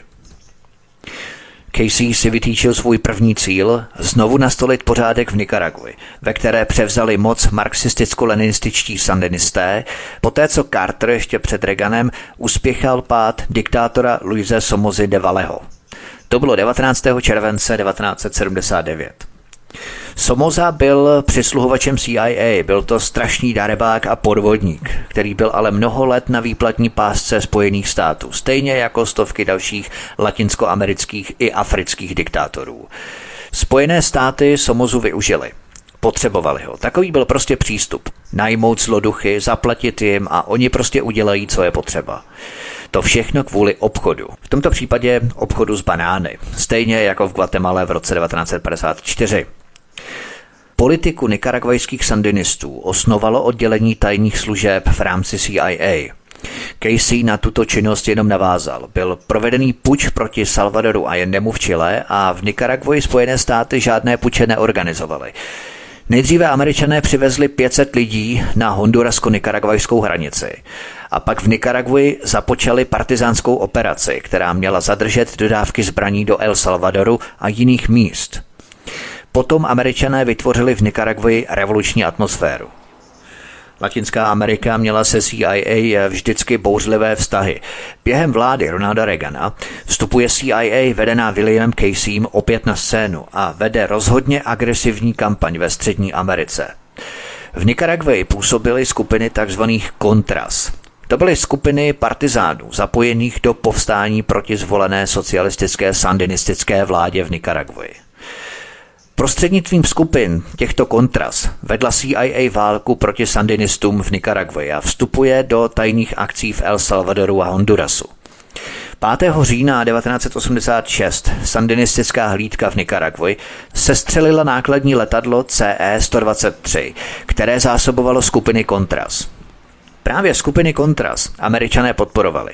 Casey si vytýčil svůj první cíl znovu nastolit pořádek v Nikaragui, ve které převzali moc marxisticko-leninističtí sandinisté, poté co Carter ještě před Reaganem uspěchal pád diktátora Luise Somozy de Valleho. To bylo devatenáctého července devatenáct set sedmdesát devět. Somoza byl přisluhovačem C I A, byl to strašný darebák a podvodník, který byl ale mnoho let na výplatní pásce Spojených států, stejně jako stovky dalších latinskoamerických i afrických diktátorů. Spojené státy Somozu využili. Potřebovali ho. Takový byl prostě přístup. Najmout zloduchy, zaplatit jim a oni prostě udělají, co je potřeba. To všechno kvůli obchodu. V tomto případě obchodu s banány. Stejně jako v Guatemala v roce devatenáct set padesát čtyři. Politiku nikaragvajských sandinistů osnovalo oddělení tajných služeb v rámci C I A. Casey na tuto činnost jenom navázal. Byl provedený puč proti Salvadoru Allendemu v Chile a v Nikaragvoji Spojené státy žádné puče neorganizovaly. Nejdříve Američané přivezli pět set lidí na hondurasko-nikaragvajskou hranici a pak v Nikaragui započali partizánskou operaci, která měla zadržet dodávky zbraní do El Salvadoru a jiných míst. Potom Američané vytvořili v Nikaragui revoluční atmosféru. Latinská Amerika měla se C I A vždycky bouřlivé vztahy. Během vlády Ronalda Reagana vstupuje C I A vedená Williamem Caseym opět na scénu a vede rozhodně agresivní kampaň ve Střední Americe. V Nikaragui působily skupiny tzv. Contras. To byly skupiny partizánů zapojených do povstání proti zvolené socialistické sandinistické vládě v Nikaragui. Prostřednictvím skupin těchto Contras vedla C I A válku proti sandinistům v Nikaragui a vstupuje do tajných akcí v El Salvadoru a Hondurasu. pátého října devatenáct set osmdesát šest sandinistická hlídka v Nikaragui sestřelila nákladní letadlo C E sto dvacet tři, které zásobovalo skupiny Contras. Právě skupiny Contras Američané podporovali.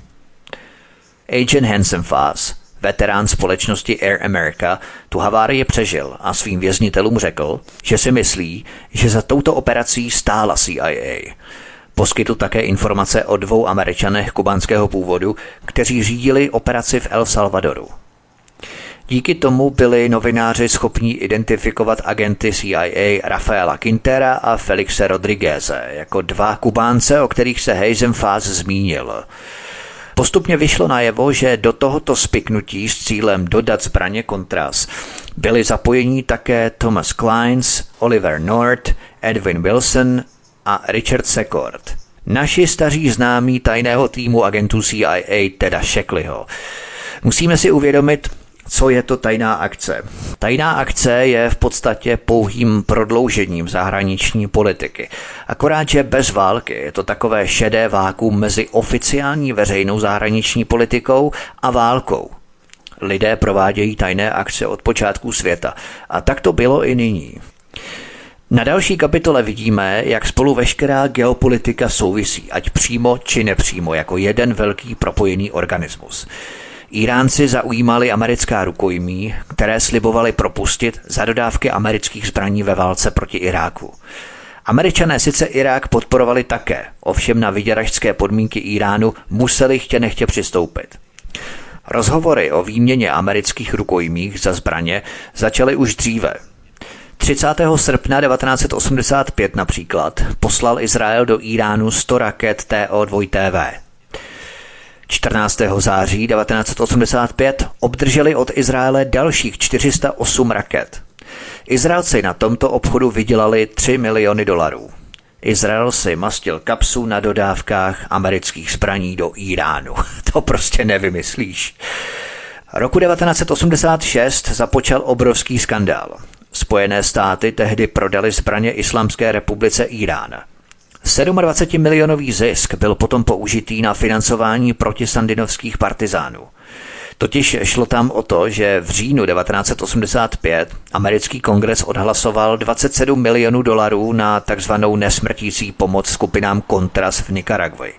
Agent Hansen Fass, veterán společnosti Air America, tu havárii přežil a svým věznitelům řekl, že si myslí, že za touto operací stála C I A. Poskytl také informace o dvou Američanech kubánského původu, kteří řídili operaci v El Salvadoru. Díky tomu byli novináři schopni identifikovat agenty C I A Rafaela Quintera a Felixe Rodrigueze jako dva Kubánce, o kterých se Hazen Fass zmínil. Postupně vyšlo najevo, že do tohoto spiknutí s cílem dodat zbraně Contras byli zapojení také Thomas Clines, Oliver North, Edwin Wilson a Richard Secord. Naši staří známí tajného týmu agentů C I A Teda Shackleyho. Musíme si uvědomit, co je to tajná akce. Tajná akce je v podstatě pouhým prodloužením zahraniční politiky. Akorát, že bez války je to takové šedé vákuum mezi oficiální veřejnou zahraniční politikou a válkou. Lidé provádějí tajné akce od počátku světa. A tak to bylo i nyní. Na další kapitole vidíme, jak spolu veškerá geopolitika souvisí, ať přímo či nepřímo, jako jeden velký propojený organismus. Iránci zaujímali americká rukojmí, které slibovali propustit za dodávky amerických zbraní ve válce proti Iráku. Američané sice Irák podporovali také, ovšem na vyděračské podmínky Iránu museli chtě nechtě přistoupit. Rozhovory o výměně amerických rukojmích za zbraně začaly už dříve. třicátého srpna devatenáct set osmdesát pět například poslal Izrael do Iránu sto raket T O dva T V. čtrnáctého září devatenáct set osmdesát pět obdrželi od Izraele dalších čtyři sta osm raket. Izraelci na tomto obchodu vydělali tři miliony dolarů. Izrael si mastil kapsu na dodávkách amerických zbraní do Iránu. To prostě nevymyslíš. Roku devatenáct set osmdesát šest započal obrovský skandál. Spojené státy tehdy prodali zbraně Islámské republice Irán. sedmadvacetimilionový zisk byl potom použitý na financování protisandinovských partizánů. Totiž šlo tam o to, že v říjnu devatenáct set osmdesát pět americký kongres odhlasoval dvacet sedm milionů dolarů na takzvanou nesmrtící pomoc skupinám Contras v Nikaragui.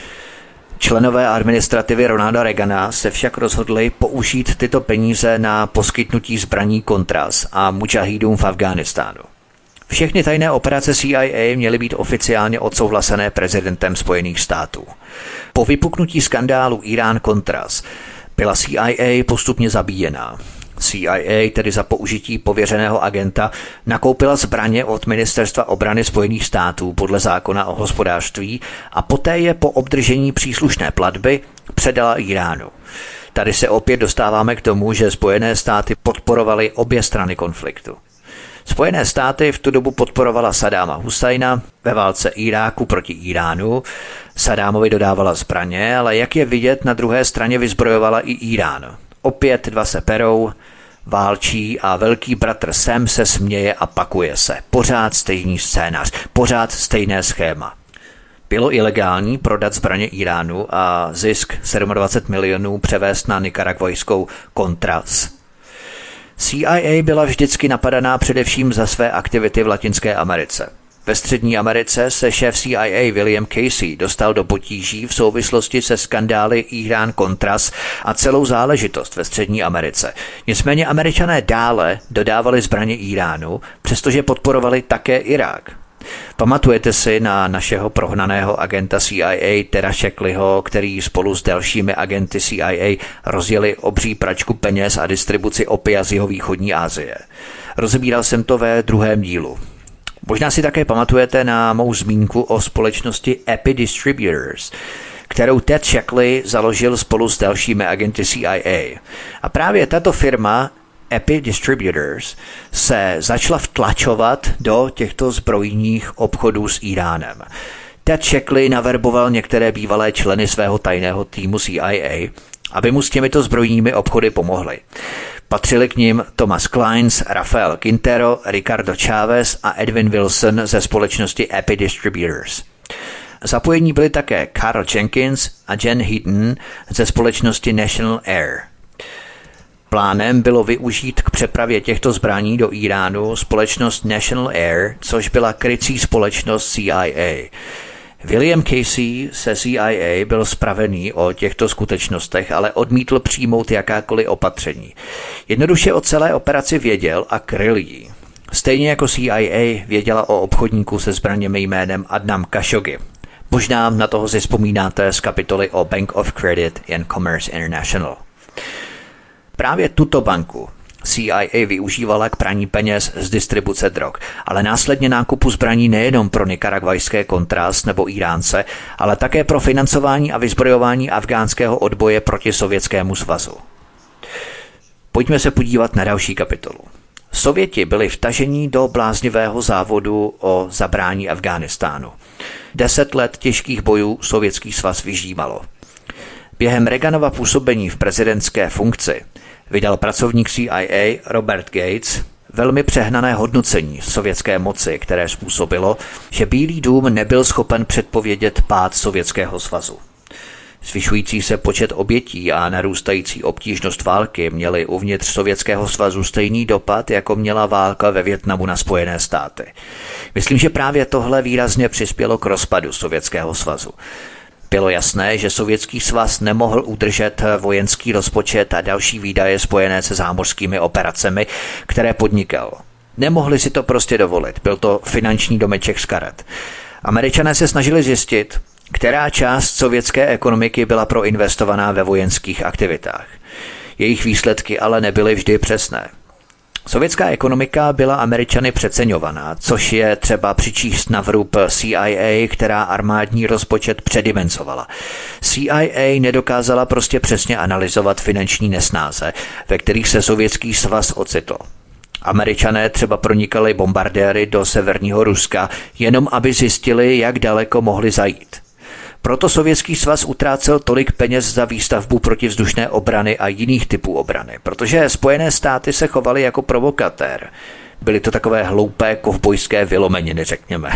Členové administrativy Ronalda Reagana se však rozhodli použít tyto peníze na poskytnutí zbraní Contras a mudžahídům v Afghánistánu. Všechny tajné operace C I A měly být oficiálně odsouhlasené prezidentem Spojených států. Po vypuknutí skandálu Irán-Contras byla C I A postupně zabíjená. C I A tedy za použití pověřeného agenta nakoupila zbraně od Ministerstva obrany Spojených států podle zákona o hospodářství a poté je po obdržení příslušné platby předala Iránu. Tady se opět dostáváme k tomu, že Spojené státy podporovaly obě strany konfliktu. Spojené státy v tu dobu podporovala Saddáma Husajna ve válce Iráku proti Iránu. Saddámovi dodávala zbraně, ale jak je vidět, na druhé straně vyzbrojovala i Irán. Opět dva se perou, válčí a velký bratr Sam se směje a pakuje se. Pořád stejný scénář, pořád stejné schéma. Bylo ilegální prodat zbraně Iránu a zisk dvacet sedm milionů převést na nikaragvajskou Contras. C I A byla vždycky napadaná především za své aktivity v Latinské Americe. Ve Střední Americe se šéf C I A William Casey dostal do potíží v souvislosti se skandály Irán-Contras a celou záležitost ve Střední Americe. Nicméně Američané dále dodávali zbraně Iránu, přestože podporovali také Irák. Pamatujete si na našeho prohnaného agenta C I A Teda Shackleyho, který spolu s dalšími agenty C I A rozjeli obří pračku peněz a distribuci opia z jihovýchodní Asie. Rozebíral jsem to ve druhém dílu. Možná si také pamatujete na mou zmínku o společnosti Epi Distributors, kterou Ted Shackley založil spolu s dalšími agenty C I A. A právě tato firma Epi Distributors se začala vtlačovat do těchto zbrojních obchodů s Iránem. Ted Shackley naverboval některé bývalé členy svého tajného týmu C I A, aby mu s těmito zbrojními obchody pomohli. Patřili k nim Thomas Clines, Rafael Quintero, Ricardo Chávez a Edwin Wilson ze společnosti Epi Distributors. Zapojení byli také Carl Jenkins a Jen Heaton ze společnosti National Air. Plánem bylo využít k přepravě těchto zbraní do Iránu společnost National Air, což byla krycí společnost C I A. William Casey se C I A byl spravený o těchto skutečnostech, ale odmítl přijmout jakákoliv opatření. Jednoduše o celé operaci věděl a kryl ji. Stejně jako C I A věděla o obchodníku se zbraněmi jménem Adnan Khashoggi. Možná na toho si vzpomínáte z kapitoly o Bank of Credit and Commerce International. Právě tuto banku C I A využívala k praní peněz z distribuce drog, ale následně nákupu zbraní nejenom pro nikaragvajské Contras nebo Iránce, ale také pro financování a vyzbrojování afgánského odboje proti Sovětskému svazu. Pojďme se podívat na další kapitolu. Sověti byli vtaženi do bláznivého závodu o zabrání Afghánistánu. Deset let těžkých bojů Sovětský svaz vyždímalo. Během Reaganova působení v prezidentské funkci vydal pracovník C I A Robert Gates velmi přehnané hodnocení sovětské moci, které způsobilo, že Bílý dům nebyl schopen předpovědět pád Sovětského svazu. Zvyšující se počet obětí a narůstající obtížnost války měly uvnitř Sovětského svazu stejný dopad, jako měla válka ve Vietnamu na Spojené státy. Myslím, že právě tohle výrazně přispělo k rozpadu Sovětského svazu. Bylo jasné, že Sovětský svaz nemohl udržet vojenský rozpočet a další výdaje spojené se zámořskými operacemi, které podnikal. Nemohli si to prostě dovolit, byl to finanční domeček z karet. Američané se snažili zjistit, která část sovětské ekonomiky byla proinvestovaná ve vojenských aktivitách. Jejich výsledky ale nebyly vždy přesné. Sovětská ekonomika byla Američany přeceňovaná, což je třeba přičíst na vrub C I A, která armádní rozpočet předimenzovala. C I A nedokázala prostě přesně analyzovat finanční nesnáze, ve kterých se Sovětský svaz ocitl. Američané třeba pronikali bombardéry do severního Ruska, jenom aby zjistili, jak daleko mohli zajít. Proto Sovětský svaz utrácel tolik peněz za výstavbu protivzdušné obrany a jiných typů obrany, protože Spojené státy se chovaly jako provokatér. Byly to takové hloupé kovbojské vylomeniny, řekněme.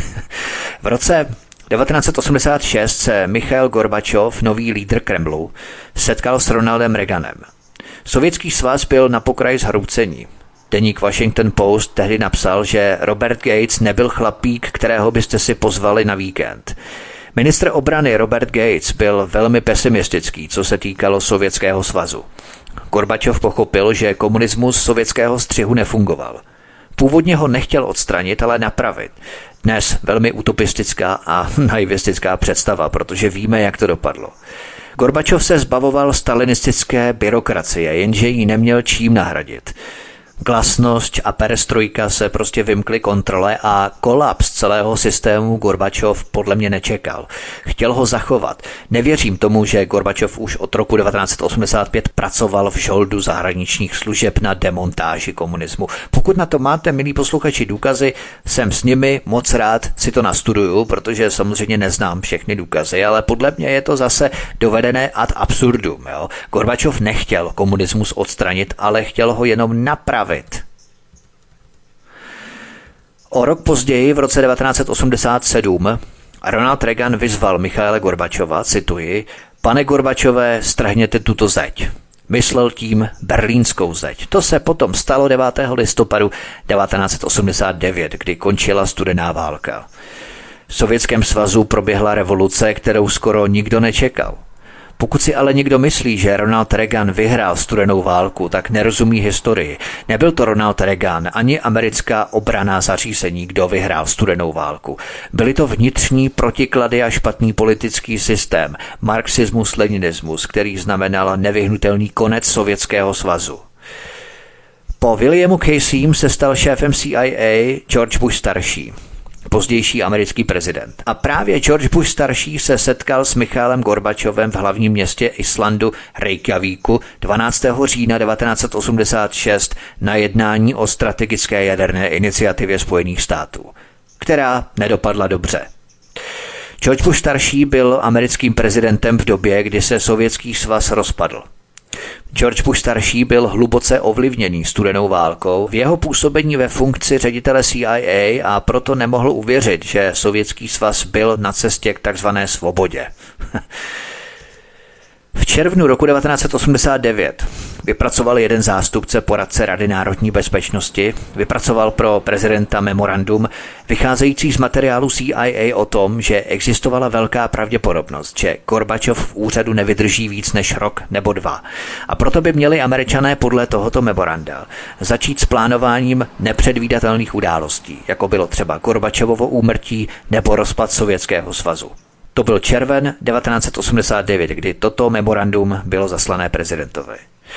V roce devatenáct set osmdesát šest se Michail Gorbačov, nový lídr Kremlu, setkal s Ronaldem Reaganem. Sovětský svaz byl na pokraji zhroucení. Deník Washington Post tehdy napsal, že Robert Gates nebyl chlapík, kterého byste si pozvali na víkend. Ministr obrany Robert Gates byl velmi pesimistický, co se týkalo Sovětského svazu. Gorbačov pochopil, že komunismus sovětského střihu nefungoval. Původně ho nechtěl odstranit, ale napravit. Dnes velmi utopistická a naivistická představa, protože víme, jak to dopadlo. Gorbačov se zbavoval stalinistické byrokracie, jenže ji neměl čím nahradit. Glasnost a perestrojka se prostě vymkly kontrole a kolaps celého systému Gorbačov podle mě nečekal. Chtěl ho zachovat. Nevěřím tomu, že Gorbačov už od roku devatenáct set osmdesát pět pracoval v žoldu zahraničních služeb na demontáži komunismu. Pokud na to máte, milí posluchači, důkazy, jsem s nimi moc rád si to nastuduju, protože samozřejmě neznám všechny důkazy, ale podle mě je to zase dovedené ad absurdum. Jo? Gorbačov nechtěl komunismus odstranit, ale chtěl ho jenom napravit. O rok později, v roce devatenáct set osmdesát sedm, Ronald Reagan vyzval Michaila Gorbačova, cituji, pane Gorbačové, strhněte tuto zeď. Myslel tím berlínskou zeď. To se potom stalo devátého listopadu devatenáct set osmdesát devět, kdy končila studená válka. V Sovětském svazu proběhla revoluce, kterou skoro nikdo nečekal. Pokud si ale někdo myslí, že Ronald Reagan vyhrál studenou válku, tak nerozumí historii. Nebyl to Ronald Reagan ani americká obranná zařízení, kdo vyhrál studenou válku. Byly to vnitřní protiklady a špatný politický systém, marxismus-leninismus, který znamenal nevyhnutelný konec Sovětského svazu. Po Williamu Caseym se stal šéfem C I A George Bush starší, pozdější americký prezident. A právě George Bush starší se setkal s Michailem Gorbačovem v hlavním městě Islandu Reykjavíku dvanáctého října devatenáct set osmdesát šest na jednání o strategické jaderné iniciativě Spojených států, která nedopadla dobře. George Bush starší byl americkým prezidentem v době, kdy se Sovětský svaz rozpadl. George Bush starší byl hluboce ovlivněný studenou válkou v jeho působení ve funkci ředitele C I A a proto nemohl uvěřit, že Sovětský svaz byl na cestě k takzvané svobodě. V červnu roku devatenáct set osmdesát devět vypracoval jeden zástupce poradce Rady národní bezpečnosti, vypracoval pro prezidenta memorandum vycházející z materiálu C I A o tom, že existovala velká pravděpodobnost, že Gorbačov v úřadu nevydrží víc než rok nebo dva. A proto by měli Američané podle tohoto memoranda začít s plánováním nepředvídatelných událostí, jako bylo třeba Gorbačovovo úmrtí nebo rozpad Sovětského svazu. To byl červen devatenáct set osmdesát devět, kdy toto memorandum bylo zaslané prezidentovi.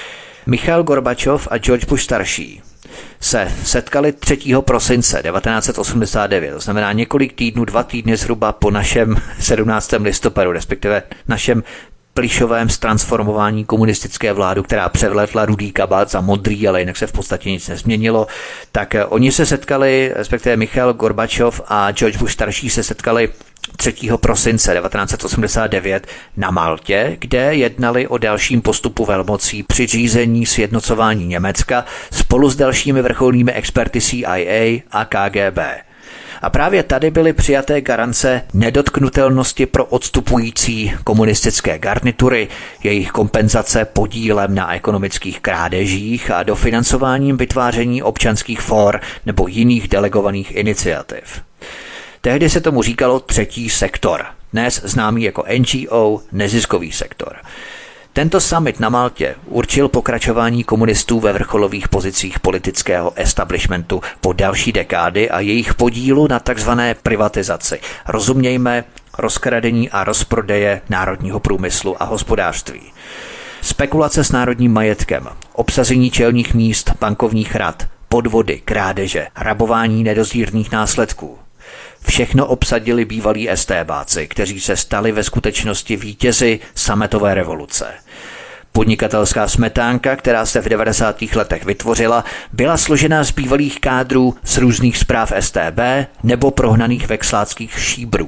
Michail Gorbačov a George Bush starší se setkali třetího prosince devatenáct set osmdesát devět, to znamená několik týdnů, dva týdny zhruba po našem sedmnáctém listopadu, respektive našem plišovém ztransformování komunistické vlády, která převlétla rudý kabát za modrý, ale jinak se v podstatě nic nezměnilo. Tak oni se setkali, respektive Michail Gorbačov a George Bush starší se setkali třetího prosince devatenáct set osmdesát devět na Maltě, kde jednali o dalším postupu velmocí při řízení sjednocování Německa spolu s dalšími vrcholnými experty C I A a K G B. A právě tady byly přijaté garance nedotknutelnosti pro odstupující komunistické garnitury, jejich kompenzace podílem na ekonomických krádežích a dofinancováním vytváření občanských fór nebo jiných delegovaných iniciativ. Tehdy se tomu říkalo třetí sektor, dnes známý jako N G O, neziskový sektor. Tento summit na Maltě určil pokračování komunistů ve vrcholových pozicích politického establishmentu po další dekády a jejich podílu na takzvané privatizaci. Rozumějme rozkradení a rozprodeje národního průmyslu a hospodářství. Spekulace s národním majetkem, obsazení čelních míst, bankovních rad, podvody, krádeže, rabování nedozírných následků. Všechno obsadili bývalí estébáci, kteří se stali ve skutečnosti vítězi sametové revoluce. Podnikatelská smetánka, která se v devadesátých letech vytvořila, byla složena z bývalých kádrů z různých správ S T B nebo prohnaných vexláckých šíbrů.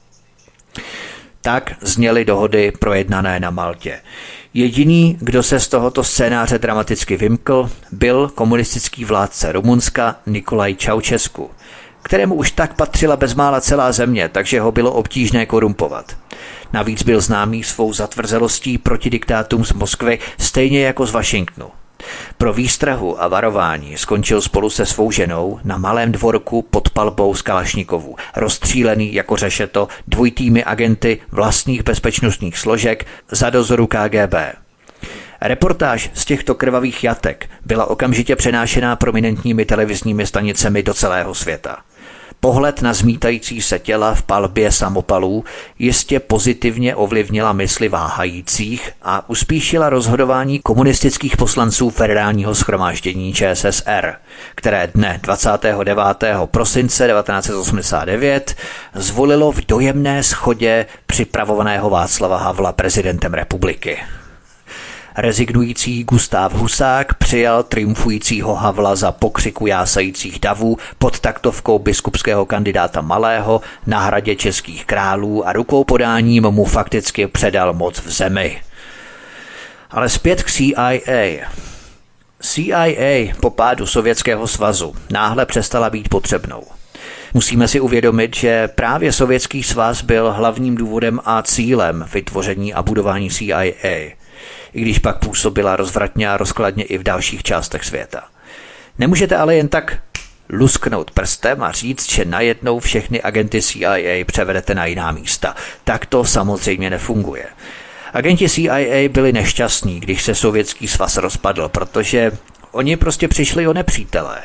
Tak zněly dohody projednané na Maltě. Jediný, kdo se z tohoto scénáře dramaticky vymkl, byl komunistický vládce Rumunska Nicolae Ceausescu, kterému už tak patřila bezmála celá země, takže ho bylo obtížné korumpovat. Navíc byl známý svou zatvrzelostí proti diktátům z Moskvy, stejně jako z Washingtonu. Pro výstrahu a varování skončil spolu se svou ženou na malém dvorku pod palbou z kalašnikovů, rozstřílený jako řešeto dvojitými agenty vlastních bezpečnostních složek za dozoru K G B. Reportáž z těchto krvavých jatek byla okamžitě přenášená prominentními televizními stanicemi do celého světa. Pohled na zmítající se těla v palbě samopalů jistě pozitivně ovlivnila mysli váhajících a uspíšila rozhodování komunistických poslanců Federálního shromáždění Č S S R, které dne dvacátého devátého prosince devatenáct set osmdesát devět zvolilo v dojemné shodě připravovaného Václava Havla prezidentem republiky. Rezignující Gustav Husák přijal triumfujícího Havla za pokřiku jásajících davů pod taktovkou biskupského kandidáta Malého na hradě českých králů a rukou podáním mu fakticky předal moc v zemi. Ale zpět k C I A. C I A po pádu Sovětského svazu náhle přestala být potřebnou. Musíme si uvědomit, že právě Sovětský svaz byl hlavním důvodem a cílem vytvoření a budování C I A, i když pak působila rozvratně a rozkladně i v dalších částech světa. Nemůžete ale jen tak lusknout prstem a říct, že najednou všechny agenty C I A převedete na jiná místa. Tak to samozřejmě nefunguje. Agenti C I A byli nešťastní, když se Sovětský svaz rozpadl, protože oni prostě přišli o nepřítele.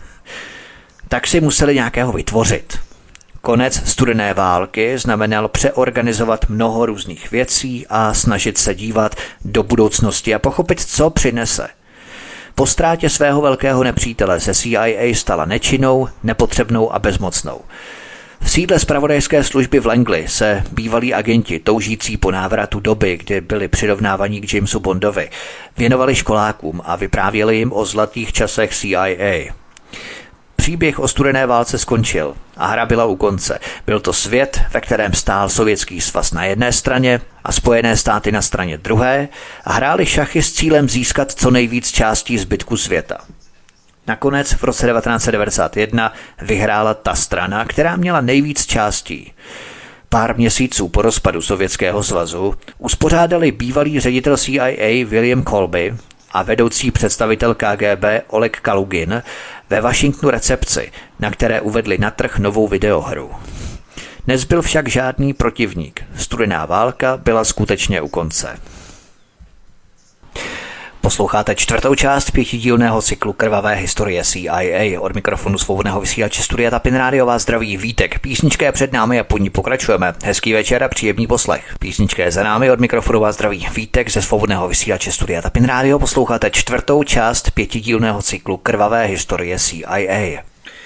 Tak si museli nějakého vytvořit. Konec studené války znamenal přeorganizovat mnoho různých věcí a snažit se dívat do budoucnosti a pochopit, co přinese. Po ztrátě svého velkého nepřítele se C I A stala nečinnou, nepotřebnou a bezmocnou. V sídle zpravodajské služby v Langley se bývalí agenti toužící po návratu doby, kdy byli přirovnávaní k Jamesu Bondovi, věnovali školákům a vyprávěli jim o zlatých časech C I A. Příběh o studené válce skončil a hra byla u konce. Byl to svět, ve kterém stál Sovětský svaz na jedné straně a Spojené státy na straně druhé a hráli šachy s cílem získat co nejvíc částí zbytku světa. Nakonec v roce devatenáct set devadesát jedna vyhrála ta strana, která měla nejvíc částí. Pár měsíců po rozpadu Sovětského svazu uspořádali bývalý ředitel C I A William Colby a vedoucí představitel K G B Oleg Kalugin ve Washingtonu recepci, na které uvedli na trh novou videohru. Nezbyl však žádný protivník. Studená válka byla skutečně u konce. Posloucháte čtvrtou část pětidílného cyklu Krvavé historie C I A. Od mikrofonu svobodného vysílače Studia Tapin Rádio vás zdraví Vítek. Písnička je před námi a po ní pokračujeme. Hezký večer a příjemný poslech. Písnička je za námi, od mikrofonu vás zdraví Vítek ze svobodného vysílače Studia Tapin Rádio. Posloucháte čtvrtou část pětidílného cyklu Krvavé historie C I A.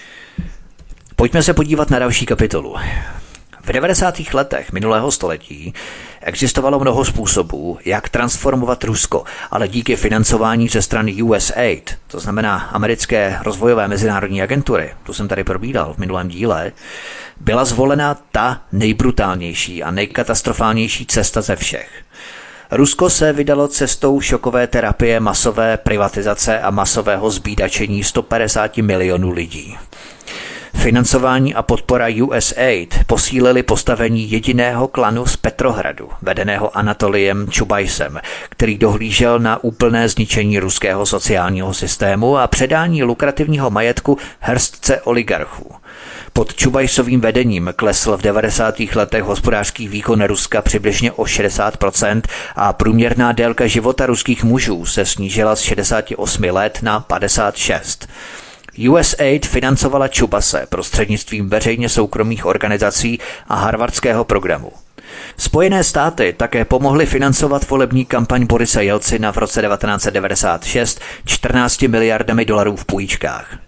Pojďme se podívat na další kapitolu. V devadesátých letech minulého století existovalo mnoho způsobů, jak transformovat Rusko, ale díky financování ze strany U S A I D, to znamená americké rozvojové mezinárodní agentury, to jsem tady probídal v minulém díle, byla zvolena ta nejbrutálnější a nejkatastrofálnější cesta ze všech. Rusko se vydalo cestou šokové terapie, masové privatizace a masového zbídačení sto padesát milionů lidí. Financování a podpora U S A I D posílili postavení jediného klanu z Petrohradu, vedeného Anatoliem Čubajsem, který dohlížel na úplné zničení ruského sociálního systému a předání lukrativního majetku hrstce oligarchů. Pod Čubajsovým vedením klesl v devadesátých letech hospodářský výkon Ruska přibližně o šedesát procent a průměrná délka života ruských mužů se snížila z šedesáti osmi let na padesát šest. U S A I D financovala Čubase prostřednictvím veřejně soukromých organizací a harvardského programu. Spojené státy také pomohly financovat volební kampaň Borise Jelcina v roce devatenáct set devadesát šest čtrnácti miliardami dolarů v půjčkách.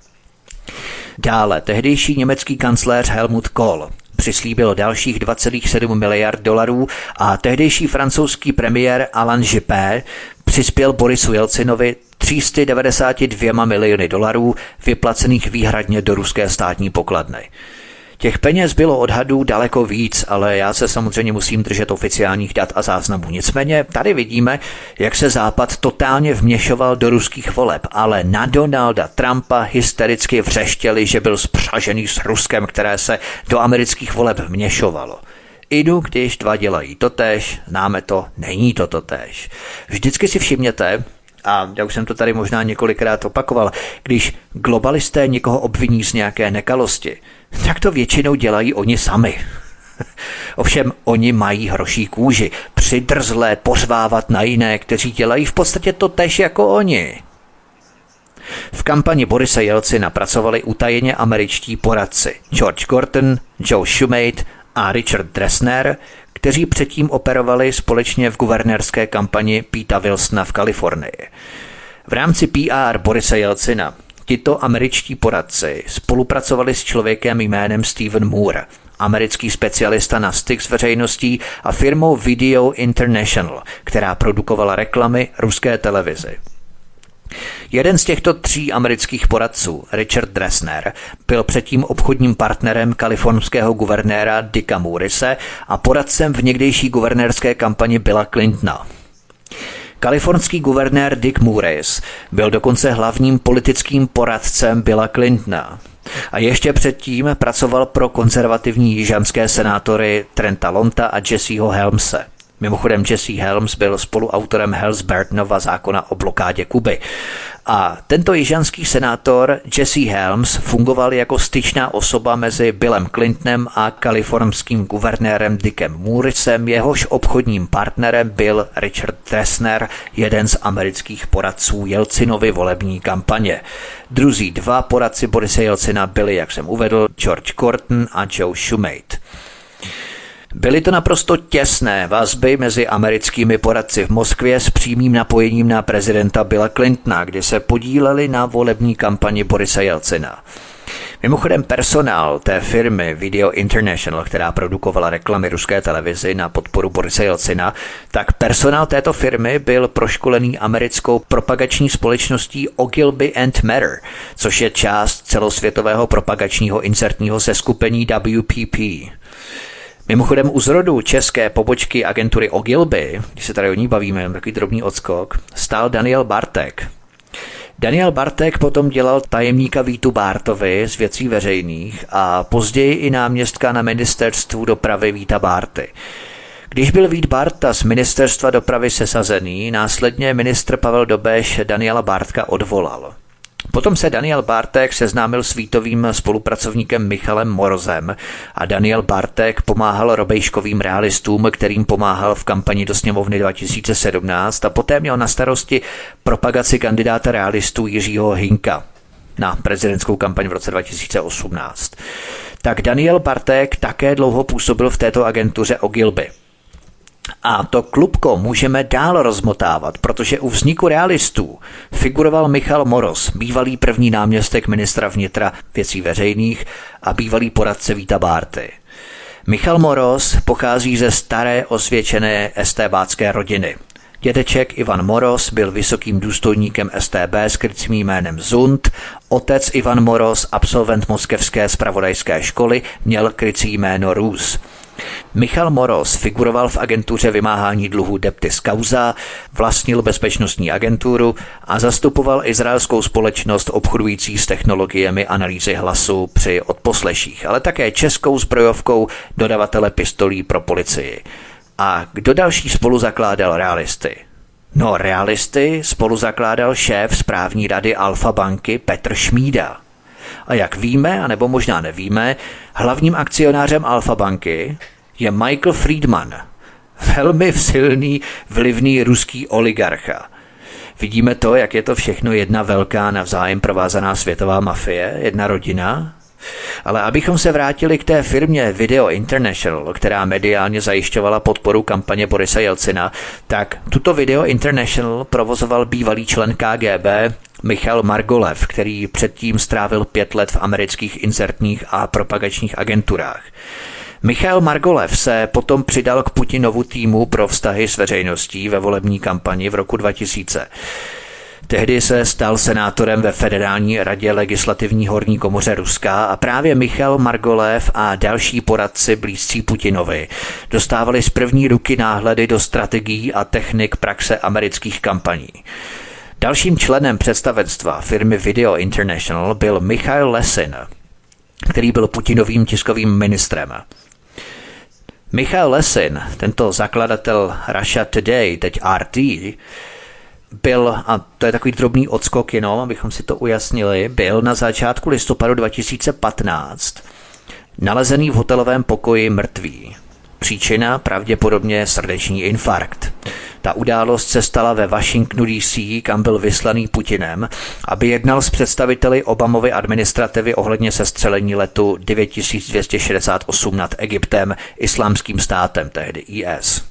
Dále tehdejší německý kancléř Helmut Kohl přislíbil dalších dva celé sedm miliard dolarů a tehdejší francouzský premiér Alain Juppé přispěl Borisu Jelcinovi tři sta devadesát dva miliony dolarů vyplacených výhradně do ruské státní pokladny. Těch peněz bylo odhadů daleko víc, ale já se samozřejmě musím držet oficiálních dat a záznamů. Nicméně tady vidíme, jak se Západ totálně vměšoval do ruských voleb, ale na Donalda Trumpa hystericky vřeštěli, že byl spřažený s Ruskem, které se do amerických voleb vměšovalo. Idu, když dva dělají totéž, známe to, není to totéž. Vždycky si všimněte, a já už jsem to tady možná několikrát opakoval, když globalisté někoho obviní z nějaké nekalosti, tak to většinou dělají oni sami. Ovšem oni mají hroší kůži, přidrzlé pořvávat na jiné, kteří dělají v podstatě totéž jako oni. V kampani Borise Jelcina pracovali utajeně američtí poradci George Gordon, Joe Shumate a Richard Dressner, kteří předtím operovali společně v guvernérské kampani Peta Wilsona v Kalifornii. V rámci P R Borise Jelcina tito američtí poradci spolupracovali s člověkem jménem Stephen Moore, americký specialista na styk s veřejností, a firmou Video International, která produkovala reklamy ruské televizi. Jeden z těchto tří amerických poradců, Richard Dressner, byl předtím obchodním partnerem kalifornského guvernéra Dicka Moorise a poradcem v někdejší guvernérské kampani Billa Clintona. Kalifornský guvernér Dick Mooris byl dokonce hlavním politickým poradcem Billa Clintona. A ještě předtím pracoval pro konzervativní jižanské senátory Trenta Lonta a Jesseho Helmse. Mimochodem Jesse Helms byl spoluautorem Helms-Burtonova zákona o blokádě Kuby. A tento jižanský senátor Jesse Helms fungoval jako styčná osoba mezi Billem Clintonem a kalifornským guvernérem Dickem Moorisem, jehož obchodním partnerem byl Richard Dressner, jeden z amerických poradců Jelcinovy volební kampaně. Druzí dva poradci Borise Jelcina byli, jak jsem uvedl, George Gordon a Joe Shumate. Byly to naprosto těsné vazby mezi americkými poradci v Moskvě s přímým napojením na prezidenta Billa Clintona, kdy se podíleli na volební kampani Borise Jelcina. Mimochodem personál té firmy Video International, která produkovala reklamy ruské televizi na podporu Borise Jelcina, tak personál této firmy byl proškolený americkou propagační společností Ogilvy and Mather, což je část celosvětového propagačního insertního seskupení W P P. Mimochodem u zrodu české pobočky agentury Ogilvy, když se tady o ní bavíme, takový drobný odskok, stál Daniel Bartek. Daniel Bartek potom dělal tajemníka Vítu Bártovi z věcí veřejných a později i náměstka na ministerstvu dopravy Víta Bárty. Když byl Vít Bárta z ministerstva dopravy sesazený, následně ministr Pavel Dobeš Daniela Bártka odvolal. Potom se Daniel Bartek seznámil s Vítovým spolupracovníkem Michalem Morozem a Daniel Bartek pomáhal robejškovým realistům, kterým pomáhal v kampani do sněmovny dva tisíce sedmnáct a poté měl na starosti propagaci kandidáta realistů Jiřího Hinka na prezidentskou kampaň v roce dva tisíce osmnáct. Tak Daniel Bartek také dlouho působil v této agentuře Ogilvy. A to klubko můžeme dál rozmotávat, protože u vzniku realistů figuroval Michal Moroz, bývalý první náměstek ministra vnitra věcí veřejných a bývalý poradce Víta Bárty. Michal Moroz pochází ze staré osvědčené estébácké rodiny. Dědeček Ivan Moroz byl vysokým důstojníkem es té bé s krycím jménem Zund, otec Ivan Moroz, absolvent moskevské zpravodajské školy, měl krycí jméno Rus. Michal Moroz figuroval v agentuře vymáhání dluhů Deptis Causa, vlastnil bezpečnostní agenturu a zastupoval izraelskou společnost obchodující s technologiemi analýzy hlasu při odposleších, ale také českou zbrojovkou dodavatele pistolí pro policii. A kdo další spolu zakládal realisty? No, realisty spolu zakládal šéf správní rady Alfa banky Petr Šmída. A jak víme, anebo možná nevíme, hlavním akcionářem Alfa banky je Michael Friedman, velmi silný, vlivný ruský oligarcha. Vidíme to, jak je to všechno jedna velká navzájem provázaná světová mafie, jedna rodina. Ale abychom se vrátili k té firmě Video International, která mediálně zajišťovala podporu kampaně Borise Jelcina, tak tuto Video International provozoval bývalý člen ká gé bé Michal Margolev, který předtím strávil pět let v amerických inzertních a propagačních agenturách. Michal Margolev se potom přidal k Putinovu týmu pro vztahy s veřejností ve volební kampani v roku dva tisíce. Tehdy se stal senátorem ve Federální radě legislativní horní komoře Ruska a právě Michal Margolev a další poradci blízcí Putinovi dostávali z první ruky náhledy do strategií a technik praxe amerických kampaní. Dalším členem představenstva firmy Video International byl Michail Lesin, který byl Putinovým tiskovým ministrem. Michail Lesin, tento zakladatel Russia Today, teď er té, byl, a to je takový drobný odskok jenom, abychom si to ujasnili, byl na začátku listopadu dva tisíce patnáct nalezený v hotelovém pokoji mrtvý. Příčina pravděpodobně srdeční infarkt. Ta událost se stala ve Washingtonu dé cé, kam byl vyslaný Putinem, aby jednal s představiteli Obamovy administrativy ohledně sestřelení letu devět tisíc dvě stě šedesát osm nad Egyptem, islámským státem, tehdy í es.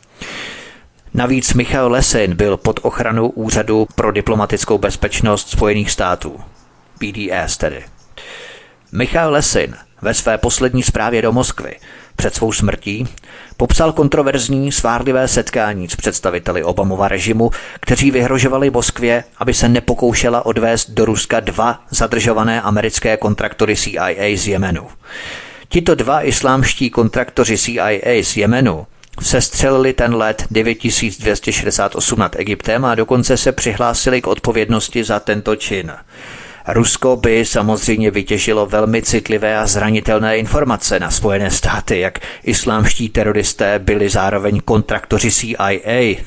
Navíc Michail Lesin byl pod ochranou Úřadu pro diplomatickou bezpečnost Spojených států, bé dé es tedy. Michail Lesin ve své poslední zprávě do Moskvy před svou smrtí popsal kontroverzní svárlivé setkání s představiteli Obamova režimu, kteří vyhrožovali Moskvě, aby se nepokoušela odvést do Ruska dva zadržované americké kontraktory C I A z Jemenu. Tito dva islámští kontraktoři C I A z Jemenu sestřelili ten let devět tisíc dvě stě šedesát osm nad Egyptem a dokonce se přihlásili k odpovědnosti za tento čin. Rusko by samozřejmě vytěžilo velmi citlivé a zranitelné informace na Spojené státy, jak islámští teroristé byli zároveň kontraktoři C I A.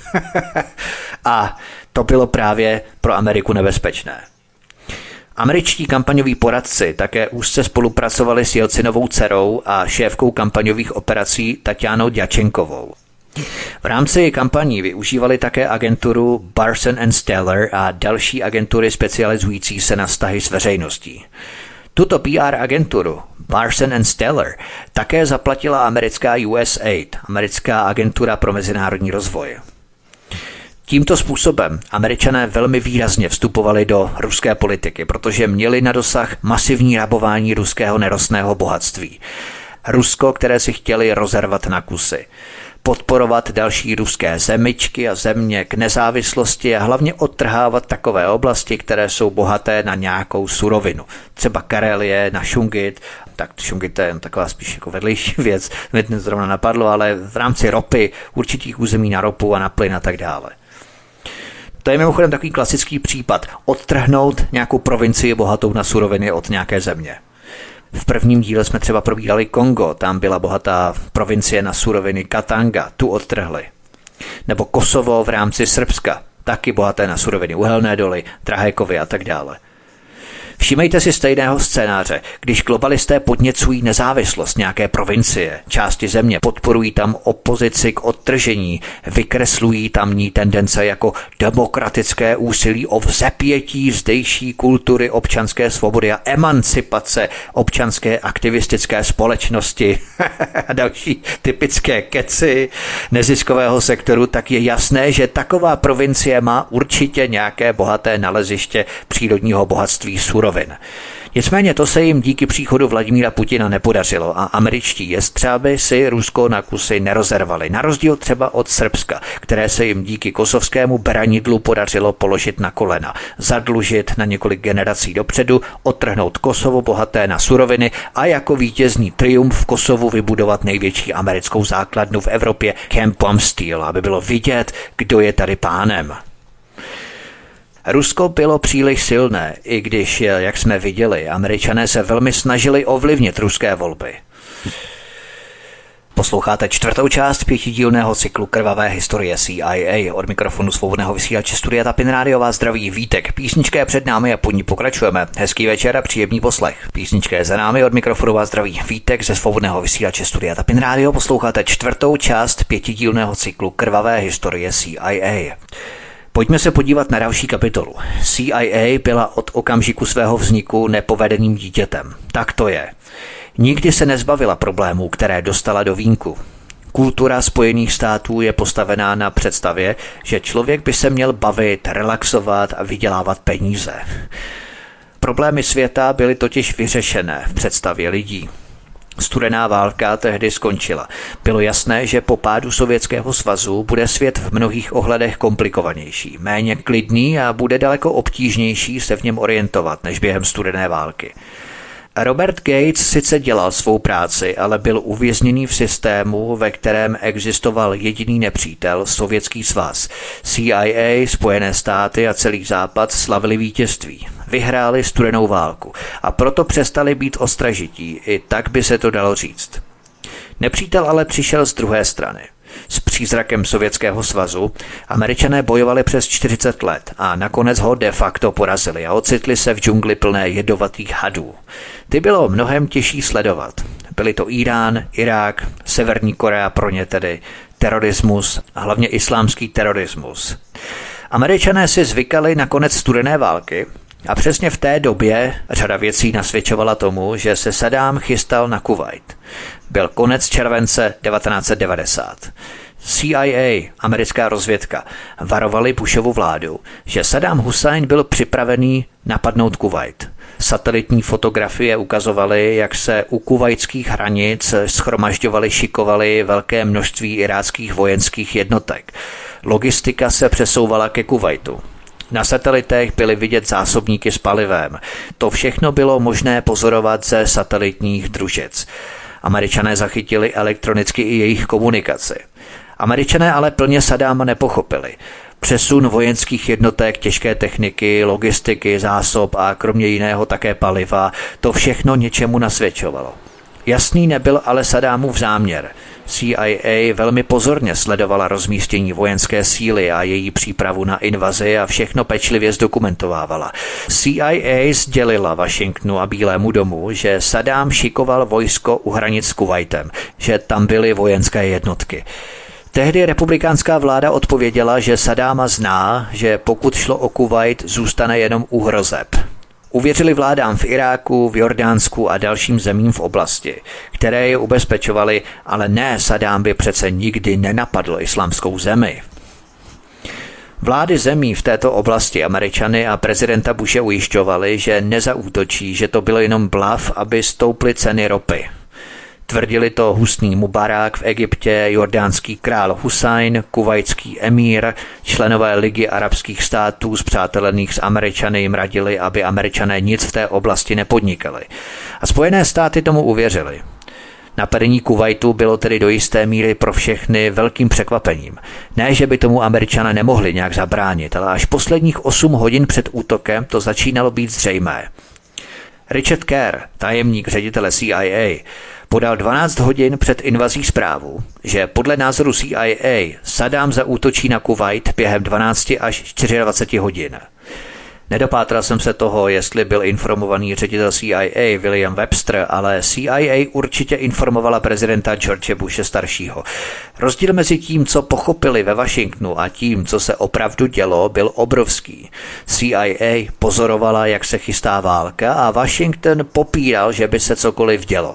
A to bylo právě pro Ameriku nebezpečné. Američtí kampaňoví poradci také úzce spolupracovali s Jelcinovou dcerou a šéfkou kampaňových operací Tatjanou Djačenkovou. V rámci kampaní využívali také agenturu Barson and Stellar a další agentury specializující se na vztahy s veřejností. Tuto P R agenturu Barson and Stellar také zaplatila americká U S A I D, americká agentura pro mezinárodní rozvoj. Tímto způsobem Američané velmi výrazně vstupovali do ruské politiky, protože měli na dosah masivní rabování ruského nerostného bohatství. Rusko, které si chtěli rozervat na kusy. Podporovat další ruské zemičky a země k nezávislosti a hlavně odtrhávat takové oblasti, které jsou bohaté na nějakou surovinu. Třeba Karelie, na šungit, tak šungit je taková spíš jako vedlejší věc, mě to zrovna napadlo, ale v rámci ropy, určitých území na ropu a na plyn a tak dále. To je mimochodem takový klasický případ, odtrhnout nějakou provincii bohatou na suroviny od nějaké země. V prvním díle jsme třeba probírali Kongo, tam byla bohatá provincie na suroviny Katanga, tu odtrhli. Nebo Kosovo v rámci Srbska, taky bohaté na suroviny, uhelné doly, drahé kovy a tak dále. Všimejte si stejného scénáře, když globalisté podněcují nezávislost nějaké provincie, části země, podporují tam opozici k odtržení, vykreslují tamní tendence jako demokratické úsilí o vzepětí zdejší kultury občanské svobody a emancipace občanské aktivistické společnosti a další typické keci neziskového sektoru, tak je jasné, že taková provincie má určitě nějaké bohaté naleziště přírodního bohatství surovin. Nicméně to se jim díky příchodu Vladimíra Putina nepodařilo a američtí jestřáby si Rusko na kusy nerozervali. Na rozdíl třeba od Srbska, které se jim díky kosovskému beranidlu podařilo položit na kolena, zadlužit na několik generací dopředu, odtrhnout Kosovo bohaté na suroviny a jako vítězný triumf v Kosovu vybudovat největší americkou základnu v Evropě Camp Plum Steel, aby bylo vidět, kdo je tady pánem. Rusko bylo příliš silné, i když, jak jsme viděli, Američané se velmi snažili ovlivnit ruské volby. Posloucháte čtvrtou část pětidílného cyklu Krvavé historie C I A. Od mikrofonu svobodného vysílače Studia Tapin Rádio vás zdraví Vítek. Písnička je před námi a po ní pokračujeme. Hezký večer a příjemný poslech. Písnička je za námi, od mikrofonu vás zdraví Vítek ze svobodného vysílače Studia Tapin Rádio. Posloucháte čtvrtou část pětidílného cyklu Krvavé historie C I A. Pojďme se podívat na další kapitolu. C I A byla od okamžiku svého vzniku nepovedeným dítětem. Tak to je. Nikdy se nezbavila problémů, které dostala do vínku. Kultura Spojených států je postavená na představě, že člověk by se měl bavit, relaxovat a vydělávat peníze. Problémy světa byly totiž vyřešené v představě lidí. Studená válka tehdy skončila. Bylo jasné, že po pádu Sovětského svazu bude svět v mnohých ohledech komplikovanější, méně klidný a bude daleko obtížnější se v něm orientovat než během studené války. Robert Gates sice dělal svou práci, ale byl uvězněný v systému, ve kterém existoval jediný nepřítel, Sovětský svaz. C I A, Spojené státy a celý Západ slavili vítězství. Vyhráli studenou válku a proto přestali být ostražití, i tak by se to dalo říct. Nepřítel ale přišel z druhé strany. S přízrakem Sovětského svazu Američané bojovali přes čtyřicet let a nakonec ho de facto porazili a ocitli se v džungli plné jedovatých hadů. Ty bylo mnohem těžší sledovat. Byli to Irán, Irák, Severní Korea, pro ně tedy terorismus a hlavně islámský terorismus. Američané si zvykali na konec studené války a přesně v té době řada věcí nasvědčovala tomu, že se Saddám chystal na Kuvajt. Byl konec července devatenáct set devadesát. C I A, americká rozvědka, varovali Bushovu vládu, že Saddám Husajn byl připravený napadnout Kuvajt. Satelitní fotografie ukazovaly, jak se u kuvajtských hranic shromažďovaly, šikovaly velké množství iráckých vojenských jednotek. Logistika se přesouvala ke Kuvajtu. Na satelitech byly vidět zásobníky s palivem. To všechno bylo možné pozorovat ze satelitních družic. Američané zachytili elektronicky i jejich komunikaci. Američané ale plně Saddáma nepochopili. Přesun vojenských jednotek, těžké techniky, logistiky, zásob a kromě jiného také paliva, to všechno něčemu nasvědčovalo. Jasný nebyl ale Saddámův záměr. C I A velmi pozorně sledovala rozmístění vojenské síly a její přípravu na invazi a všechno pečlivě zdokumentovávala. C I A sdělila Washingtonu a Bílému domu, že Saddám šikoval vojsko u hranic s Kuvajtem, že tam byly vojenské jednotky. Tehdy republikánská vláda odpověděla, že Saddáma zná, že pokud šlo o Kuvajt, zůstane jenom u hrozeb. Uvěřili vládám v Iráku, v Jordánsku a dalším zemím v oblasti, které je ubezpečovali, ale ne, Saddám by přece nikdy nenapadl islámskou zemi. Vlády zemí v této oblasti Američany a prezidenta Bushe ujišťovali, že nezaútočí, že to bylo jenom blav, aby stouply ceny ropy. Tvrdili to husný Mubarak v Egyptě, jordánský král Husajn, kuvajtský emír, členové Ligy arabských států spřátelených s Američany jim radili, aby Američané nic v té oblasti nepodnikali. A Spojené státy tomu uvěřili. Napadení Kuvajtu bylo tedy do jisté míry pro všechny velkým překvapením. Ne, že by tomu Američané nemohli nějak zabránit, ale až posledních osm hodin před útokem to začínalo být zřejmé. Richard Kerr, tajemník ředitele C I A, podal dvanáct hodin před invazí zprávu, že podle názoru C I A Saddám zaútočí na Kuvajt během dvanáct až dvacet čtyři hodin. Nedopátral jsem se toho, jestli byl informovaný ředitel C I A William Webster, ale C I A určitě informovala prezidenta George Bushe staršího. Rozdíl mezi tím, co pochopili ve Washingtonu a tím, co se opravdu dělo, byl obrovský. C I A pozorovala, jak se chystá válka a Washington popíral, že by se cokoliv dělo.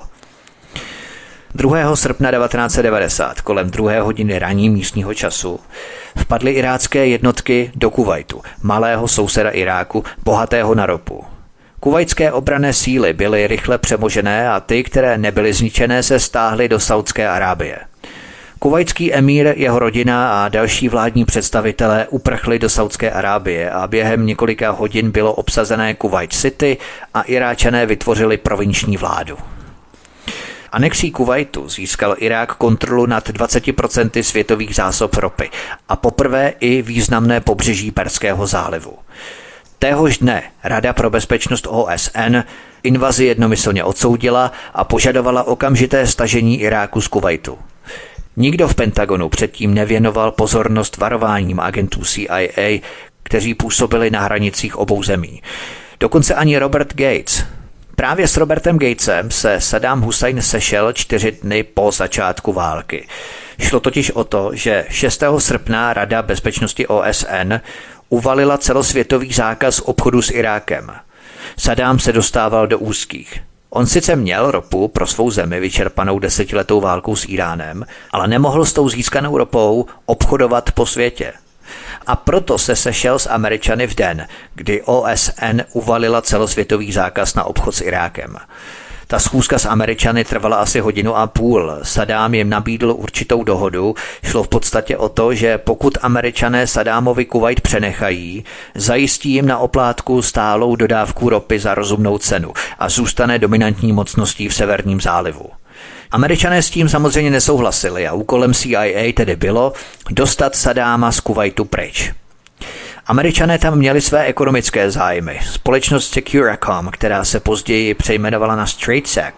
druhého srpna devatenáct set devadesát kolem druhé hodiny ranní místního času vpadly irácké jednotky do Kuvajtu, malého souseda Iráku, bohatého na ropu. Kuvajtské obranné síly byly rychle přemožené a ty, které nebyly zničené, se stáhly do Saudské Arábie. Kuvajtský emír, jeho rodina a další vládní představitelé uprchli do Saudské Arábie a během několika hodin bylo obsazené Kuwait City a Iráčané vytvořili provinční vládu. Anexí Kuvajtu získal Irák kontrolu nad dvaceti procenty světových zásob ropy a poprvé i významné pobřeží Perského zálivu. Téhož dne Rada pro bezpečnost O S N invazi jednomyslně odsoudila a požadovala okamžité stažení Iráku z Kuvajtu. Nikdo v Pentagonu předtím nevěnoval pozornost varováním agentů C I A, kteří působili na hranicích obou zemí. Dokonce ani Robert Gates. Právě s Robertem Gatesem se Saddam Husajn sešel čtyři dny po začátku války. Šlo totiž o to, že šestého srpna Rada bezpečnosti O S N uvalila celosvětový zákaz obchodu s Irákem. Saddam se dostával do úzkých. On sice měl ropu pro svou zemi vyčerpanou desetiletou válkou s Iránem, ale nemohl s tou získanou ropou obchodovat po světě. A proto se sešel s Američany v den, kdy O S N uvalila celosvětový zákaz na obchod s Irákem. Ta schůzka s Američany trvala asi hodinu a půl. Saddám jim nabídl určitou dohodu. Šlo v podstatě o to, že pokud Američané Saddámovi Kuvajt přenechají, zajistí jim na oplátku stálou dodávku ropy za rozumnou cenu a zůstane dominantní mocností v Severním zálivu. Američané s tím samozřejmě nesouhlasili a úkolem C I A tedy bylo dostat Saddáma z Kuvajtu pryč. Američané tam měli své ekonomické zájmy. Společnost Securacom, která se později přejmenovala na StraightSec,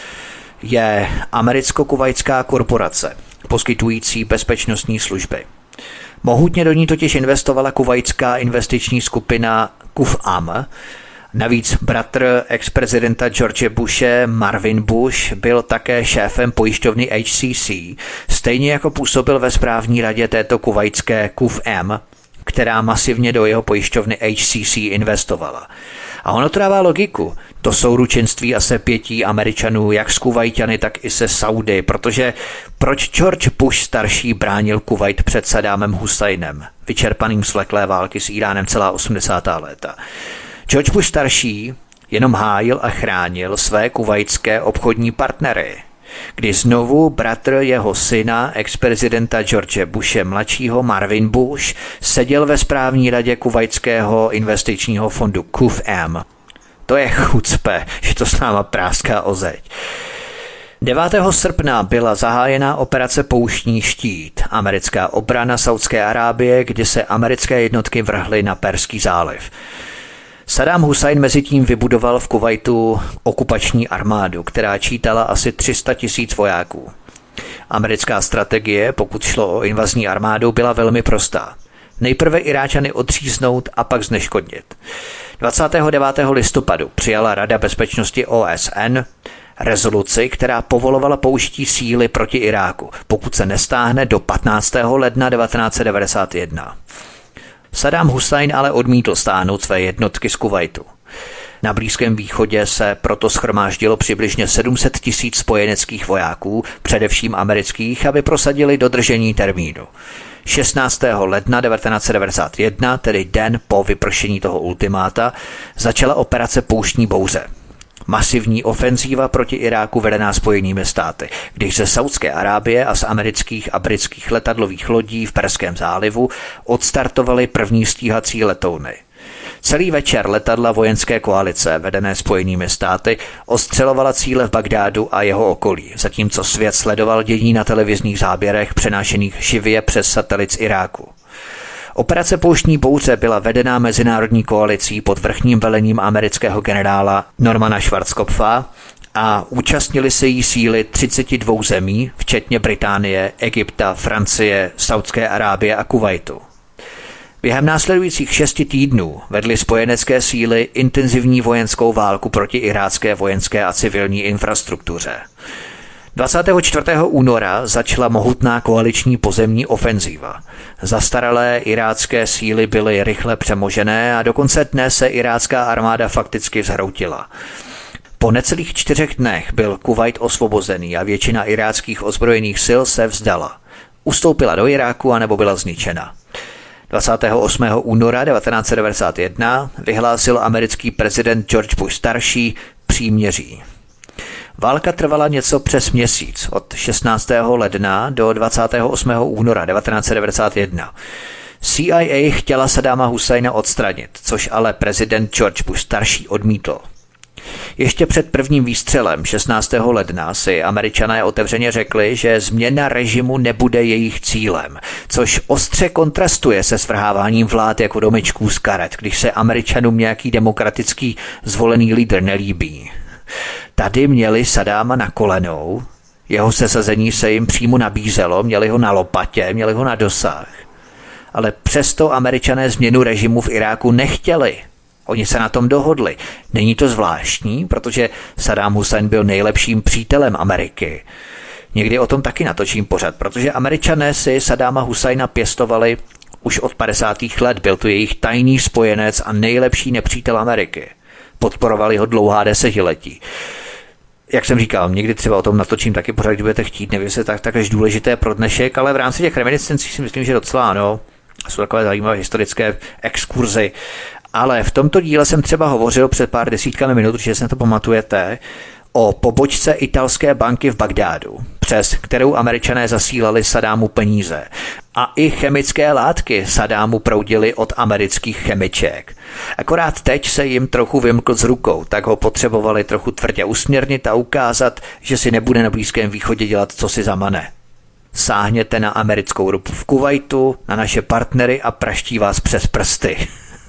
je americko-kuvajtská korporace, poskytující bezpečnostní služby. Mohutně do ní totiž investovala kuvajtská investiční skupina Kufam. Navíc bratr ex-prezidenta George Bushe, Marvin Bush, byl také šéfem pojišťovny H C C, stejně jako působil ve správní radě této kuvajtské Kufam, která masivně do jeho pojišťovny H C C investovala. A ono to dává logiku. To souručenství a sepětí Američanů jak s Kuvajťany, tak i se Saudy, protože proč George Bush starší bránil Kuvajt před Saddámem Husajnem, vyčerpaným z vleklé války s Iránem celá osmdesátá léta? George Bush starší jenom hájil a chránil své kuvajtské obchodní partnery, kdy znovu bratr jeho syna, ex-prezidenta George Bushe mladšího Marvin Bush, seděl ve správní radě kuvajtského investičního fondu Kufam. To je chucpe, že to s náma práská o zeď. devátého srpna byla zahájena operace Pouštní štít, americká obrana Saudské Arábie, kde se americké jednotky vrhly na Perský záliv. Saddám Husajn mezitím vybudoval v Kuvajtu okupační armádu, která čítala asi tři sta tisíc vojáků. Americká strategie, pokud šlo o invazní armádu, byla velmi prostá. Nejprve Iráčany odříznout a pak zneškodnit. dvacátého devátého listopadu přijala Rada bezpečnosti O S N rezoluci, která povolovala použití síly proti Iráku, pokud se nestáhne do patnáctého ledna devatenáct set devadesát jedna. Saddám Husajn ale odmítl stáhnout své jednotky z Kuvajtu. Na Blízkém východě se proto shromáždilo přibližně sedm set tisíc spojeneckých vojáků, především amerických, aby prosadili dodržení termínu. šestnáctého ledna devatenáct set devadesát jedna, tedy den po vypršení toho ultimáta, začala operace Pouštní bouře. Masivní ofenzíva proti Iráku vedená Spojenými státy, když ze Saudské Arábie a z amerických a britských letadlových lodí v Perském zálivu odstartovaly první stíhací letouny. Celý večer letadla vojenské koalice vedené Spojenými státy ostřelovala cíle v Bagdádu a jeho okolí, zatímco svět sledoval dění na televizních záběrech přenášených živě přes satelit z Iráku. Operace Pouštní bouře byla vedená mezinárodní koalicí pod vrchním velením amerického generála Normana Schwarzkopfa a účastnili se jí síly třiceti dvou zemí, včetně Británie, Egypta, Francie, Saudské Arábie a Kuvajtu. Během následujících šesti týdnů vedly spojenecké síly intenzivní vojenskou válku proti irácké vojenské a civilní infrastruktuře. dvacátého čtvrtého února začala mohutná koaliční pozemní ofenzíva. Zastaralé irácké síly byly rychle přemožené a do konce dne se irácká armáda fakticky vzhroutila. Po necelých čtyřech dnech byl Kuvajt osvobozený a většina iráckých ozbrojených sil se vzdala. Ustoupila do Iráku anebo byla zničena. dvacátého osmého února devatenáct set devadesát jedna vyhlásil americký prezident George Bush starší příměří. Válka trvala něco přes měsíc, od šestnáctého ledna do dvacátého osmého února devatenáct set devadesát jedna. C I A chtěla Saddáma Husajna odstranit, což ale prezident George Bush starší odmítl. Ještě před prvním výstřelem šestnáctého ledna si Američané otevřeně řekli, že změna režimu nebude jejich cílem, což ostře kontrastuje se svrháváním vlád jako domečků z karet, když se Američanům nějaký demokratický zvolený lídr nelíbí. Tady měli Saddáma na kolenou, jeho sesazení se jim přímo nabízelo, měli ho na lopatě, měli ho na dosah. Ale přesto Američané změnu režimu v Iráku nechtěli. Oni se na tom dohodli. Není to zvláštní, protože Saddám Husajn byl nejlepším přítelem Ameriky. Někdy o tom taky natočím pořad, protože Američané si Saddáma Husajna pěstovali už od padesátých let. Byl to jejich tajný spojenec a nejlepší nepřítel Ameriky. Podporovali ho dlouhá desetiletí. Jak jsem říkal, někdy třeba o tom natočím taky pořád, když budete chtít, nevím, jestli tak, tak až důležité pro dnešek, ale v rámci těch reminiscencí si myslím, že docela ano. Jsou takové zajímavé historické exkurzy. Ale v tomto díle jsem třeba hovořil před pár desítkami minut, že se na to pamatujete, o pobočce italské banky v Bagdádu, přes kterou Američané zasílali Saddámu peníze. A i chemické látky Saddámu proudily od amerických chemiček. Akorát teď se jim trochu vymkl z rukou, tak ho potřebovali trochu tvrdě usměrnit a ukázat, že si nebude na Blízkém východě dělat, co si zamane. Sáhněte na americkou ropu v Kuvajtu, na naše partnery a praští vás přes prsty.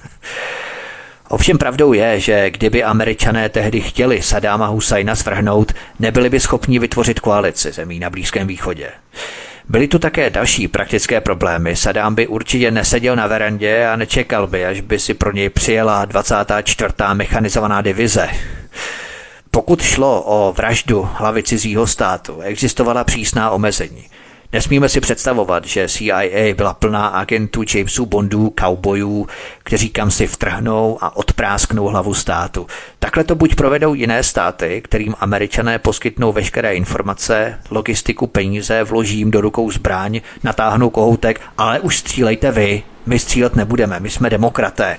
Ovšem pravdou je, že kdyby Američané tehdy chtěli Saddáma Husajna svrhnout, nebyli by schopni vytvořit koalici zemí na Blízkém východě. Byly tu také další praktické problémy. Saddám by určitě neseděl na verandě a nečekal by, až by si pro něj přijela dvacátá čtvrtá mechanizovaná divize. Pokud šlo o vraždu hlavy cizího státu, existovala přísná omezení. Nesmíme si představovat, že C I A byla plná agentů Jamesů Bondů, cowboyů, kteří kam si vtrhnou a odprásknou hlavu státu. Takhle to buď provedou jiné státy, kterým Američané poskytnou veškeré informace, logistiku, peníze, vloží jim do rukou zbraň, natáhnou kohoutek, ale už střílejte vy, my střílet nebudeme, my jsme demokraté.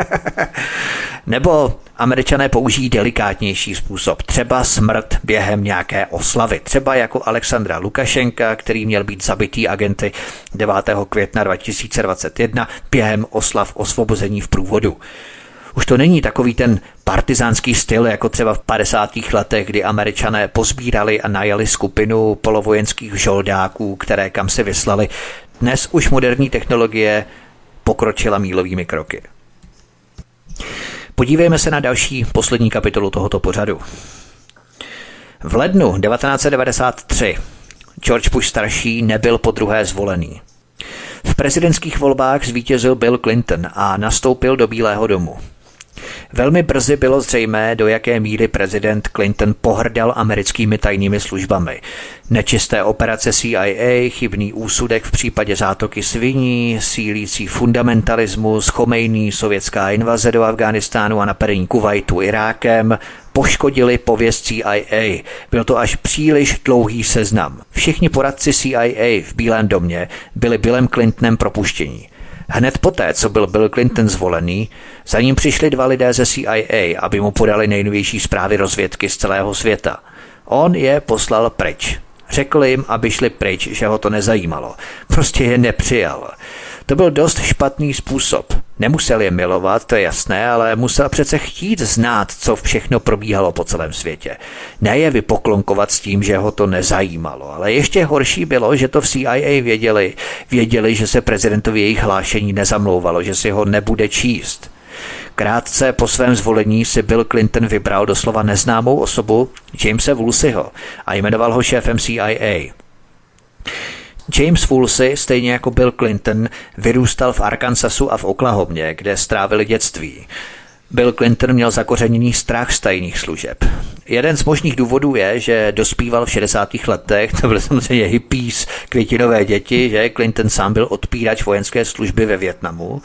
Nebo Američané použijí delikátnější způsob, třeba smrt během nějaké oslavy, třeba jako Alexandra Lukašenka, který měl být zabitý agenty devátého května dva tisíce dvacet jedna během oslav osvobození v průvodu. Už to není takový ten partizánský styl, jako třeba v padesátých letech, kdy Američané pozbírali a najali skupinu polovojenských žoldáků, které kam se vyslali. Dnes už moderní technologie pokročila mílovými kroky. Podívejme se na další poslední kapitolu tohoto pořadu. V lednu devatenáct set devadesát tři George Bush starší nebyl podruhé zvolený. V prezidentských volbách zvítězil Bill Clinton a nastoupil do Bílého domu. Velmi brzy bylo zřejmé, do jaké míry prezident Clinton pohrdal americkými tajnými službami. Nečisté operace C I A, chybný úsudek v případě zátoky sviní, sílící fundamentalismus, Chomejný, sovětská invaze do Afghánistánu a napadení Kuvajtu Irákem poškodili pověst C I A. Byl to až příliš dlouhý seznam. Všichni poradci C I A v Bílém domě byli Billem Clintonem propuštění. Hned poté, co byl Bill Clinton zvolený, za ním přišli dva lidé ze C I A, aby mu podali nejnovější zprávy rozvědky z celého světa. On je poslal pryč. Řekl jim, aby šli pryč, že ho to nezajímalo. Prostě je nepřijal. To byl dost špatný způsob. Nemusel je milovat, to je jasné, ale musel přece chtít znát, co všechno probíhalo po celém světě. Ne je vypoklonkovat s tím, že ho to nezajímalo, ale ještě horší bylo, že to v C I A věděli. Věděli, že se prezidentovi jejich hlášení nezamlouvalo, že si ho nebude číst. Krátce po svém zvolení si Bill Clinton vybral doslova neznámou osobu Jamese Woolseyho a jmenoval ho šéfem C I A. James Woolsey, stejně jako Bill Clinton, vyrůstal v Arkansasu a v Oklahomě, kde strávili dětství. Bill Clinton měl zakořeněný strach z tajných služeb. Jeden z možných důvodů je, že dospíval v šedesátých letech, to byly samozřejmě hippies, květinové děti, že Clinton sám byl odpírač vojenské služby ve Vietnamu.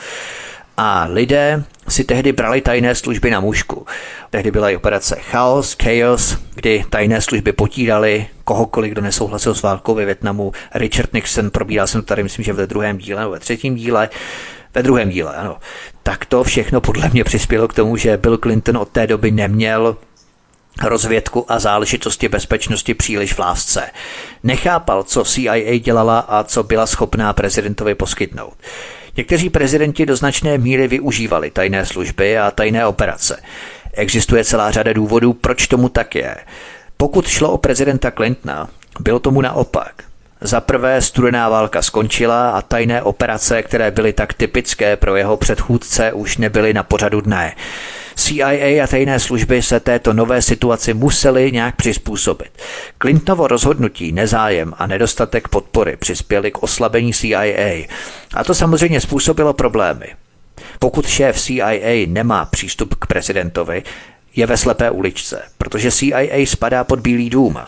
A lidé si tehdy brali tajné služby na mušku. Tehdy byla i operace Chaos, Chaos, kdy tajné služby potírali kohokoliv, kdo nesouhlasil s válkou ve Vietnamu. Richard Nixon, probíral jsem to tady, myslím, že ve druhém díle nebo ve třetím díle. Ve druhém díle, ano. Tak to všechno podle mě přispělo k tomu, že Bill Clinton od té doby neměl rozvědku a záležitosti bezpečnosti příliš v lásce. Nechápal, co C I A dělala a co byla schopná prezidentovi poskytnout. Někteří prezidenti do značné míry využívali tajné služby a tajné operace. Existuje celá řada důvodů, proč tomu tak je. Pokud šlo o prezidenta Clintona, bylo tomu naopak. Za prvé studená válka skončila a tajné operace, které byly tak typické pro jeho předchůdce, už nebyly na pořadu dne. C I A a tajné služby se této nové situaci musely nějak přizpůsobit. Clintonovo rozhodnutí, nezájem a nedostatek podpory přispěly k oslabení C I A. A to samozřejmě způsobilo problémy. Pokud šéf C I A nemá přístup k prezidentovi, je ve slepé uličce, protože C I A spadá pod Bílý dům.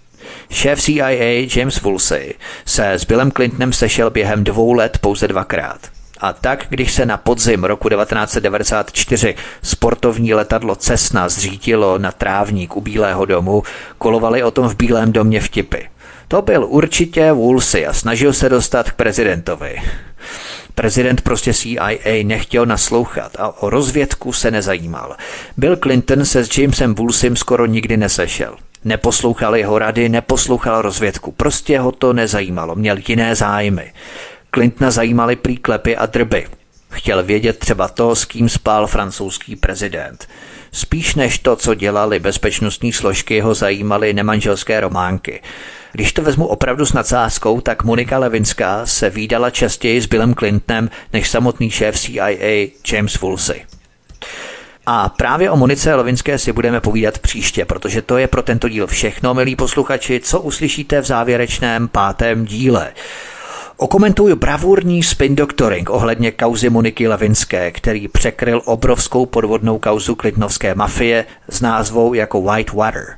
Šéf C I A James Woolsey se s Billem Clintonem sešel během dvou let pouze dvakrát. A tak, když se na podzim roku devatenáct set devadesát čtyři sportovní letadlo Cessna zřítilo na trávník u Bílého domu, kolovali o tom v Bílém domě vtipy. To byl určitě Woolsey a snažil se dostat k prezidentovi. Prezident prostě C I A nechtěl naslouchat a o rozvědku se nezajímal. Bill Clinton se s Jamesem Woolseyem skoro nikdy nesešel. Neposlouchal jeho rady, neposlouchal rozvědku, prostě ho to nezajímalo, měl jiné zájmy. Clintona zajímaly prý klepy a drby. Chtěl vědět třeba to, s kým spal francouzský prezident. Spíš než to, co dělali bezpečnostní složky, ho zajímaly nemanželské románky. Když to vezmu opravdu s nadsázkou, tak Monika Lewinská se vídala častěji s Billem Clintonem než samotný šéf C I A James Woolsey. A právě o Monice Levinské si budeme povídat příště, protože to je pro tento díl všechno, milí posluchači, co uslyšíte v závěrečném pátém díle. Okomentuju bravurní spin doctoring ohledně kauzy Moniky Levinské, který překryl obrovskou podvodnou kauzu clintonovské mafie s názvou jako Whitewater.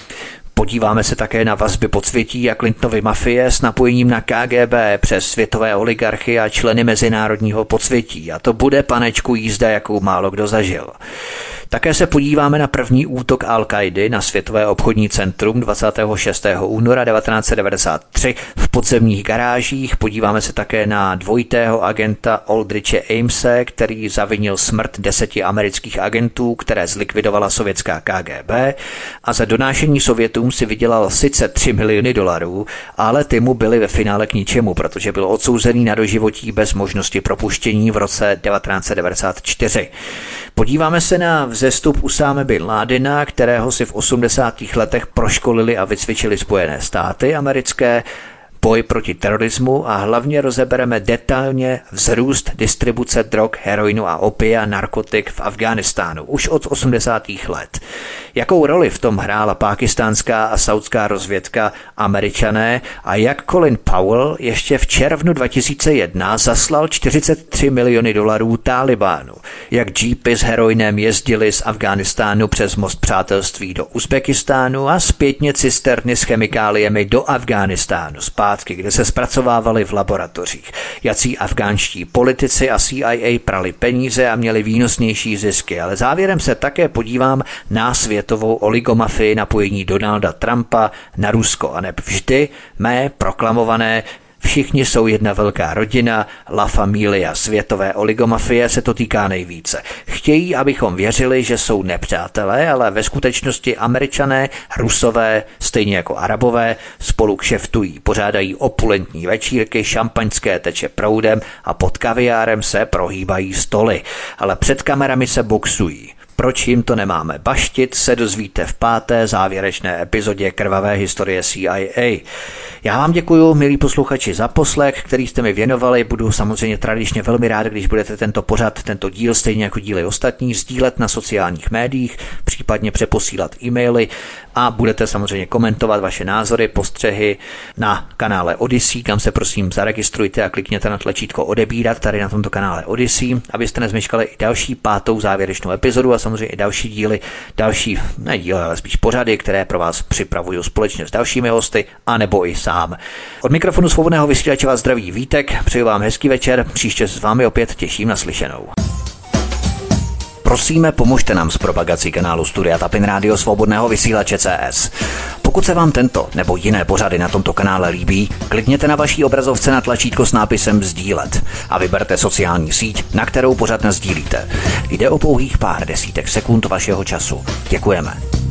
Podíváme se také na vazby podsvětí a Clintonovy mafie s napojením na K G B přes světové oligarchy a členy mezinárodního podsvětí. A to bude, panečku, jízda, jakou málo kdo zažil. Také se podíváme na první útok Al-Kaidy na Světové obchodní centrum dvacátého šestého února devatenáct set devadesát tři v podzemních garážích. Podíváme se také na dvojitého agenta Aldriche Amose, který zavinil smrt deseti amerických agentů, které zlikvidovala sovětská K G B a za donášení Sovětům si vydělal sice tři miliony dolarů, ale ty mu byly ve finále k ničemu, protože byl odsouzený na doživotí bez možnosti propuštění v roce devatenáct set devadesát čtyři. Podíváme se na vzestup Usáme bin Ládina, kterého si v osmdesátých letech proškolili a vycvičili Spojené státy americké, boj proti terorismu a hlavně rozebereme detailně vzrůst distribuce drog, heroinu a opia, narkotik v Afghánistánu už od osmdesátých let. Jakou roli v tom hrála pákistánská a saudská rozvědka, Američané a jak Colin Powell ještě v červnu dva tisíce jedna zaslal čtyřicet tři miliony dolarů Tálibánu, jak jeepy s heroinem jezdili z Afghánistánu přes most přátelství do Uzbekistánu a zpětně cisterny s chemikáliemi do Afghánistánu zpátky, kde se zpracovávaly v laboratořích. Jací afgánští politici a C I A prali peníze a měli výnosnější zisky, ale závěrem se také podívám na světovou oligomafii napojení Donalda Trumpa na Rusko a neb vždy mé proklamované všichni jsou jedna velká rodina, La Familia světové oligomafie se to týká nejvíce. Chtějí, abychom věřili, že jsou nepřátelé, ale ve skutečnosti Američané, Rusové, stejně jako Arabové, spolu kšeftují, pořádají opulentní večírky, šampaňské teče proudem a pod kaviárem se prohýbají stoly, ale před kamerami se boxují. Proč jim to nemáme baštit, se dozvíte v páté závěrečné epizodě Krvavé historie C I A. Já vám děkuji, milí posluchači, za poslech, který jste mi věnovali. Budu samozřejmě tradičně velmi rád, když budete tento pořad, tento díl, stejně jako díly ostatní, sdílet na sociálních médiích, případně přeposílat e-maily a budete samozřejmě komentovat vaše názory, postřehy na kanále Odyssey, kam se prosím zaregistrujte a klikněte na tlačítko odebírat tady na tomto kanále Odyssey, abyste nezmeškali i další pátou závěrečnou epizodu a samozřejmě i další díly, další, ne díly, ale spíš pořady, které pro vás připravuju společně s dalšími hosty, anebo i sám. Od mikrofonu Svobodného vysílače vás zdraví Vítek, přeju vám hezký večer, příště s vámi opět těším na slyšenou. Prosíme, pomožte nám s propagací kanálu Studia Tapin Rádio Svobodného vysílače C S. Pokud se vám tento nebo jiné pořady na tomto kanále líbí, klikněte na vaší obrazovce na tlačítko s nápisem sdílet a vyberte sociální síť, na kterou pořad nasdílíte. Jde o pouhých pár desítek sekund vašeho času. Děkujeme.